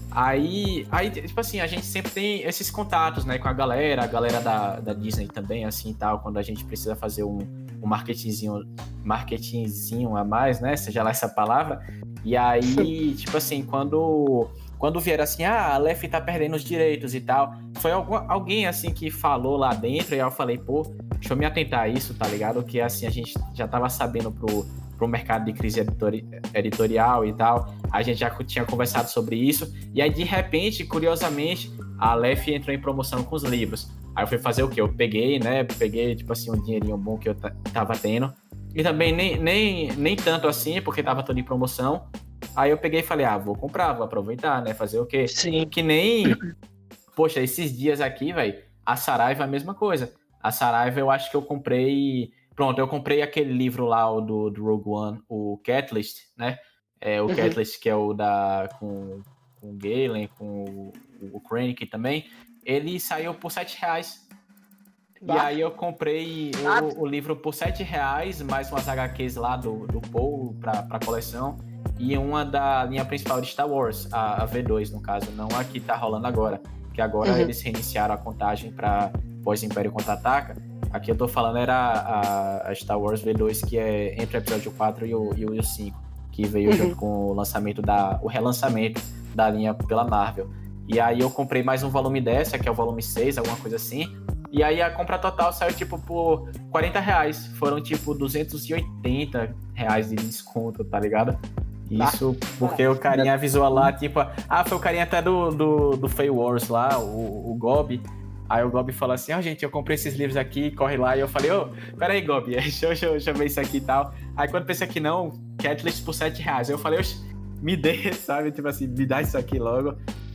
Aí, aí, tipo assim, a gente sempre tem esses contatos, né, com a galera, a galera da, da Disney também, assim, tal, quando a gente precisa fazer um, um marketingzinho, marketingzinho a mais, né, seja lá essa palavra, e aí, tipo assim, quando, quando vier assim, ah, a Aleph tá perdendo os direitos e tal, foi algum, alguém, assim, que falou lá dentro, e aí eu falei, pô, deixa eu me atentar a isso, tá ligado, que, assim, a gente já tava sabendo pro... para o mercado de crise editori- editorial e tal, a gente já tinha conversado sobre isso, e aí de repente, curiosamente, a Aleph entrou em promoção com os livros. Aí eu fui fazer o quê? Eu peguei, né, peguei tipo assim um dinheirinho bom que eu t- tava tendo, e também nem, nem, nem tanto assim, porque tava tudo em promoção. Aí eu peguei e falei, ah, vou comprar, vou aproveitar, né, fazer o quê? Sim. Que nem, poxa, esses dias aqui, velho, a Saraiva é a mesma coisa. A Saraiva eu acho que eu comprei... Pronto, eu comprei aquele livro lá, o do, do Rogue One, o Catalyst, né? É, o uhum. Catalyst, que é o da... com, com o Galen, com o, o Krennic também. Ele saiu por sete reais. Bah. E aí eu comprei o, o livro por sete reais, mais umas agá quês lá do, do Paul pra, pra coleção. E uma da linha principal de Star Wars, a, a V dois, no caso. Não a que tá rolando agora. Que agora uhum. eles reiniciaram a contagem pra pós-Império Contra-Ataca. Aqui eu tô falando era a, a Star Wars V dois, que é entre o episódio quatro e o, e o cinco, que veio uhum. junto com o lançamento da, o relançamento da linha pela Marvel. E aí eu comprei mais um volume dessa, que é o volume seis, alguma coisa assim. E aí a compra total saiu tipo por quarenta reais. Foram tipo duzentos e oitenta reais de desconto, tá ligado? Isso porque ah, o carinha avisou lá, tipo, ah, foi o carinha até do, do, do Fey Wars lá, o, o Gob. Aí o Gob falou assim, ó, oh, gente, eu comprei esses livros aqui, corre lá. E eu falei, ô, oh, peraí, Gob, deixa eu, deixa, eu, deixa eu ver isso aqui e tal. Aí quando pensei que não, Catalyst por sete reais. Aí eu falei, oxe, me dê, sabe? Tipo assim, me dá isso aqui logo.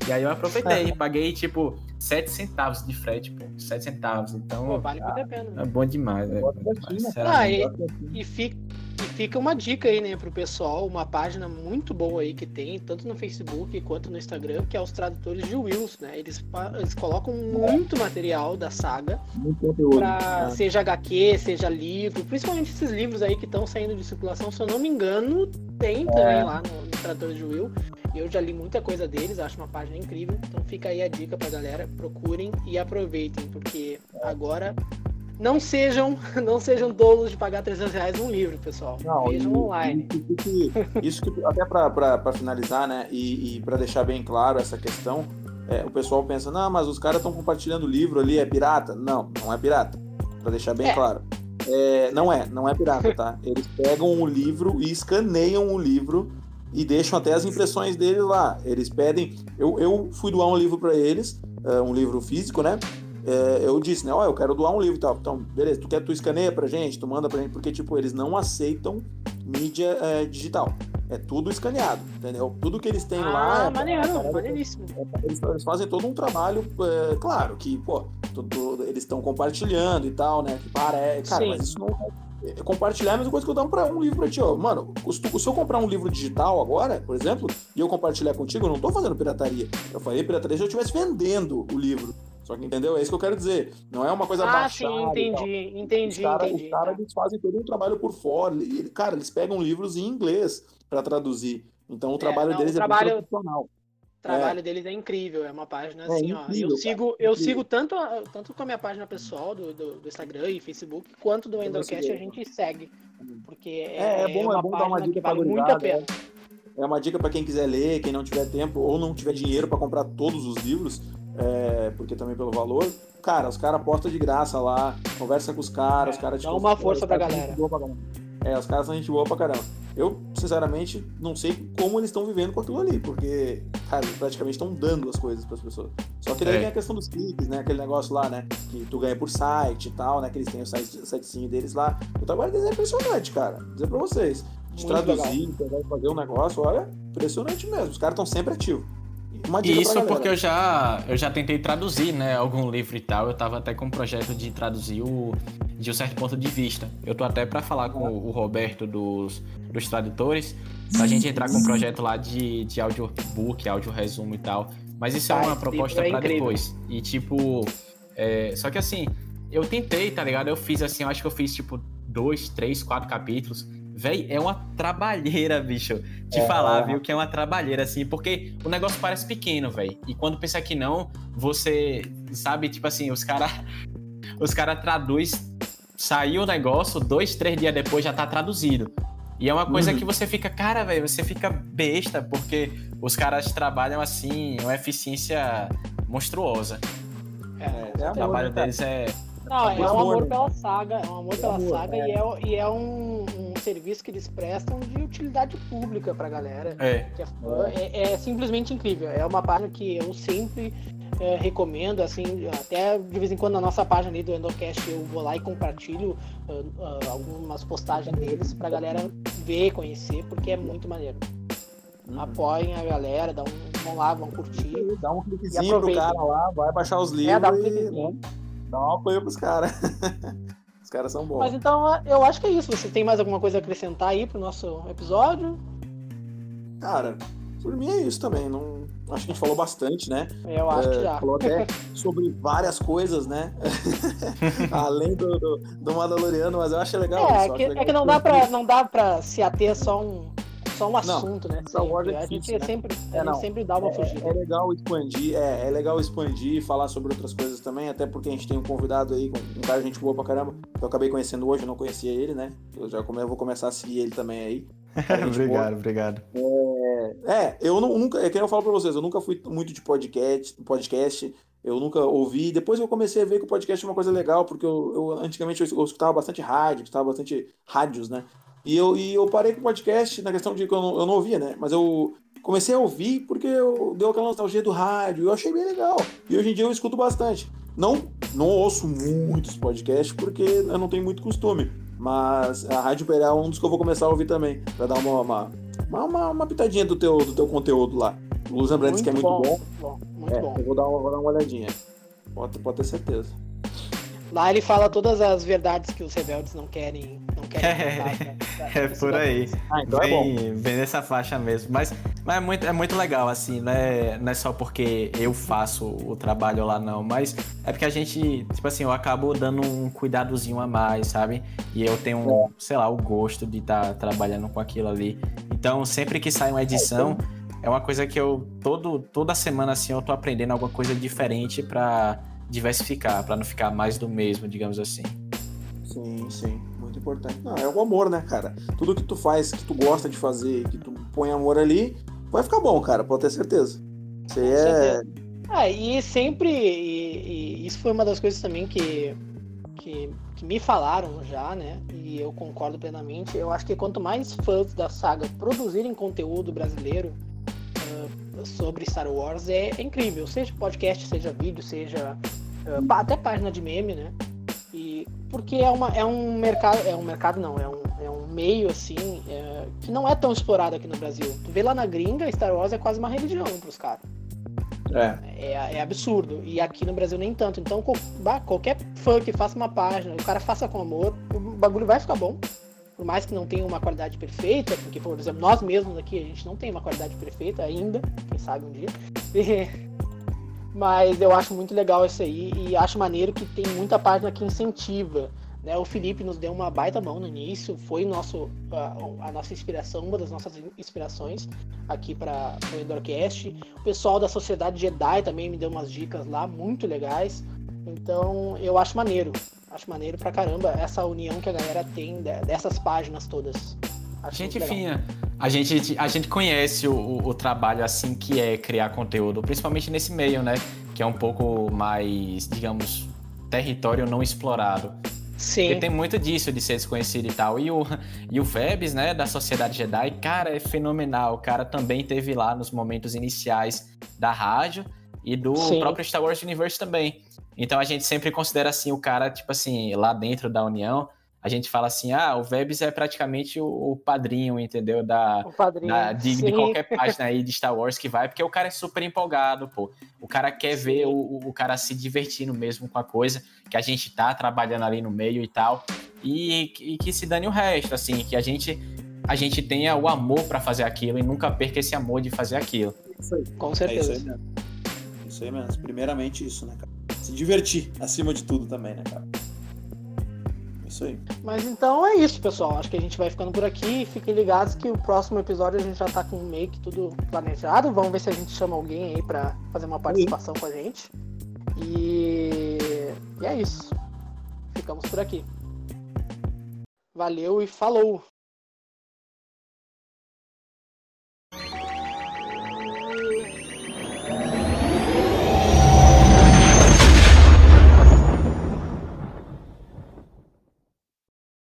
E aí eu aproveitei, paguei tipo sete centavos de frete, pô, sete centavos, então... Pô, vale muito a pena. É bom demais, é bom demais. Ah, e, e, fica, e fica uma dica aí, né, pro pessoal, uma página muito boa aí que tem, tanto no Facebook quanto no Instagram, que é os tradutores de Wills, né? Eles, eles colocam muito material da saga, muito conteúdo, pra, né? seja agá quê, seja livro, principalmente esses livros aí que estão saindo de circulação, se eu não me engano, tem também é. lá no, no Tradutores de Will. Eu já li muita coisa deles, acho uma página incrível, então fica aí a dica pra galera, procurem e aproveitem, porque agora não sejam, não sejam tolos de pagar trezentos reais num livro, pessoal. Não, vejam e, online. Isso que, isso que até para finalizar, né, e, e para deixar bem claro essa questão, é, o pessoal pensa, não, mas os caras estão compartilhando o livro ali, é pirata? Não, não é pirata, para deixar bem é. claro. É, não é, não é pirata, tá? Eles pegam o livro e escaneiam o livro e deixam até as impressões deles lá. Eles pedem... Eu, eu fui doar um livro para eles, uh, um livro físico, né? É, eu disse, né? Ó, oh, eu quero doar um livro e tal. Então, beleza, tu quer, tu escaneia pra gente, tu manda pra gente, porque, tipo, eles não aceitam mídia é, digital. É tudo escaneado, entendeu? Tudo que eles têm ah, lá... Ah, maneiro, maneiríssimo. É, eles, eles fazem todo um trabalho, é, claro, que, pô, tudo, eles estão compartilhando e tal, né? Que parece... Cara, Sim. mas isso não... É, compartilhar é a mesma coisa que eu dar um, pra, um livro pra ti, ó. Mano, se eu comprar um livro digital agora, por exemplo, e eu compartilhar contigo, eu não tô fazendo pirataria. Eu falei pirataria se eu estivesse vendendo o livro. Só que, entendeu? É isso que eu quero dizer. Não é uma coisa ah, baixada. Ah, sim, entendi, entendi, os cara, entendi. Os caras, eles fazem todo um trabalho por fora. E, cara, eles pegam livros em inglês pra traduzir. Então, o trabalho é, não, deles o trabalho... é muito profissional. O trabalho é. deles é incrível, é uma página assim, é incrível, ó. Eu sigo, cara, eu sigo tanto, tanto com a minha página pessoal do, do, do Instagram e Facebook, quanto do Endorcast a gente segue. Porque é, é, é bom, uma é bom dar uma dica que pra vale muito a pena. É. é uma dica para quem quiser ler, quem não tiver tempo ou não tiver dinheiro para comprar todos os livros, é, porque também pelo valor. Cara, os caras apostam de graça lá, conversa com os caras, é, os caras te dá uma força pra galera. É, os caras são gente boa pra caramba. Eu, sinceramente, não sei como eles estão vivendo com aquilo ali, porque, cara, eles praticamente estão dando as coisas pras pessoas. Só que daí é. tem a questão dos cliques, né? Aquele negócio lá, né? Que tu ganha por site e tal, né? Que eles têm o site, o sitezinho deles lá. O trabalho deles é impressionante, cara. Vou dizer pra vocês. De Muito traduzir, de fazer um negócio, olha, impressionante mesmo. Os caras estão sempre ativos. Uma dica Isso porque eu já, eu já tentei traduzir, né, algum livro e tal. Eu tava até com um projeto de traduzir o De um Certo Ponto de Vista. Eu tô até para falar com o Roberto dos, dos tradutores, pra gente entrar com um projeto lá de, de audiobook, áudio resumo e tal. Mas isso ah, é uma proposta é para depois. E tipo, é, só que assim, eu tentei, tá ligado? Eu fiz assim, eu acho que eu fiz tipo dois, três, quatro capítulos. Véi, é uma trabalheira, bicho. Te é, falar, é. viu, que é uma trabalheira, assim, porque o negócio parece pequeno, véi. E quando pensa que não, você, sabe, tipo assim, os caras os cara traduz, saiu o negócio, dois, três dias depois já tá traduzido. E é uma coisa uhum. que você fica, cara, velho, você fica besta, porque os caras trabalham, assim, uma eficiência monstruosa. É, é o trabalho amor, deles é... Não, é um amor pela saga, é um amor pela saga e é, e é um, um serviço que eles prestam de utilidade pública pra galera. É. Que é, fã, é, é simplesmente incrível. É uma página que eu sempre é, recomendo, assim, até de vez em quando na nossa página ali do Endorcast eu vou lá e compartilho uh, uh, algumas postagens deles pra galera ver, conhecer, porque é muito maneiro. Uhum. Apoiem a galera, dá um, vão lá, vão curtir. Dá um cliquezinho pro cara lá, vai baixar os livros é, dá um e... Dá um apoio pros caras. Os caras são bons. Mas então, eu acho que é isso. Você tem mais alguma coisa a acrescentar aí pro nosso episódio? Cara, por mim é isso também. Não... Acho que a gente falou bastante, né? Eu acho é, que já. Falou até sobre várias coisas, né? Além do, do, do Mandaloriano, mas eu acho legal. É, isso, que, legal. é que não dá pra, não dá pra se ater só um... Só um assunto, não, né? Sempre. A gente, né? sempre, é, a gente sempre dá uma é, fugida. É legal expandir, é, é legal expandir e falar sobre outras coisas também, até porque a gente tem um convidado aí, um cara de gente boa pra caramba, que eu acabei conhecendo hoje, eu não conhecia ele, né? Eu já come, eu vou começar a seguir ele também aí. Obrigado, boa. obrigado. É, é, eu não, nunca, é que eu falo pra vocês, eu nunca fui muito de podcast, podcast eu nunca ouvi, depois eu comecei a ver que o podcast é uma coisa legal, porque eu, eu antigamente eu, eu escutava bastante rádio, eu escutava bastante rádios, né? E eu, e eu parei com o podcast na questão de que eu não, eu não ouvia, né? Mas eu comecei a ouvir porque eu, deu aquela nostalgia do rádio. Eu achei bem legal. E hoje em dia eu escuto bastante. Não, não ouço muitos podcasts porque eu não tenho muito costume. Mas a Rádio Imperial é um dos que eu vou começar a ouvir também. Pra dar uma, uma, uma, uma pitadinha do teu, do teu conteúdo lá. Blusa Brands, que é muito bom. bom. Muito bom, muito é, bom. Eu vou dar, uma, vou dar uma olhadinha. Pode, pode ter certeza. Lá ele fala todas as verdades que os rebeldes não querem, não querem contar, né? É por aí. Ah, então vem, é bom. Vem nessa faixa mesmo. Mas, mas é, muito, é muito legal, assim, não é, não é só porque eu faço o trabalho lá, não. Mas é porque a gente, tipo assim, eu acabo dando um cuidadozinho a mais, sabe? E eu tenho, É. sei lá, o gosto de estar tá trabalhando com aquilo ali. Então, sempre que sai uma edição, é uma coisa que eu, todo, toda semana, assim, eu tô aprendendo alguma coisa diferente pra diversificar, pra não ficar mais do mesmo, digamos assim. Sim, sim. Muito importante. Não, é o amor, né, cara? Tudo que tu faz, que tu gosta de fazer, que tu põe amor ali, vai ficar bom, cara, pode ter certeza. Você é... Ah, e sempre, e, e isso foi uma das coisas também que, que, que me falaram já, né, e eu concordo plenamente. Eu acho que quanto mais fãs da saga produzirem conteúdo brasileiro uh, sobre Star Wars, é, é incrível, seja podcast, seja vídeo, seja uh, até página de meme, né, e porque é, uma, é um mercado, é um mercado não, é um, é um meio assim, é, que não é tão explorado aqui no Brasil. Tu vê lá na gringa, Star Wars é quase uma religião pros caras. É. É, é absurdo. E aqui no Brasil nem tanto. Então, bah, qualquer fã que faça uma página, o cara faça com amor, o bagulho vai ficar bom. Por mais que não tenha uma qualidade perfeita, porque, por exemplo, nós mesmos aqui, a gente não tem uma qualidade perfeita ainda, quem sabe um dia. Mas eu acho muito legal isso aí e acho maneiro que tem muita página que incentiva. Né? O Felipe nos deu uma baita mão no início, foi nosso, a, a nossa inspiração, uma das nossas inspirações aqui para o Endorcast. O pessoal da Sociedade Jedi também me deu umas dicas lá muito legais. Então eu acho maneiro, acho maneiro pra caramba essa união que a galera tem dessas páginas todas. Acho gente fina. A gente, a gente conhece o, o, o trabalho assim que é criar conteúdo, principalmente nesse meio, né? Que é um pouco mais, digamos, território não explorado. Sim. Porque tem muito disso de ser desconhecido e tal. E o, e o Vebs, né, da Sociedade Jedi, cara, é fenomenal. O cara também teve lá nos momentos iniciais da rádio e do Sim. próprio Star Wars Universe também. Então a gente sempre considera assim o cara, tipo assim, lá dentro da União, a gente fala assim, ah, o Vebs é praticamente o, o padrinho, entendeu? Da, o padrinho, da, de, de qualquer página aí de Star Wars que vai, porque o cara é super empolgado, pô. O cara quer Sim. ver o, o cara se divertindo mesmo com a coisa, que a gente tá trabalhando ali no meio e tal, e, e que se dane o resto, assim, que a gente, a gente tenha o amor pra fazer aquilo e nunca perca esse amor de fazer aquilo. Isso aí. Com certeza. É isso aí mesmo. Isso aí mesmo. Primeiramente isso, né, cara? Se divertir, acima de tudo também, né, cara? Isso aí. Mas então é isso, pessoal. Acho que a gente vai ficando por aqui. Fiquem ligados que o próximo episódio a gente já tá com meio que tudo planejado. Vamos ver se a gente chama alguém aí pra fazer uma participação Sim. com a gente. E... e é isso. Ficamos por aqui. Valeu e falou!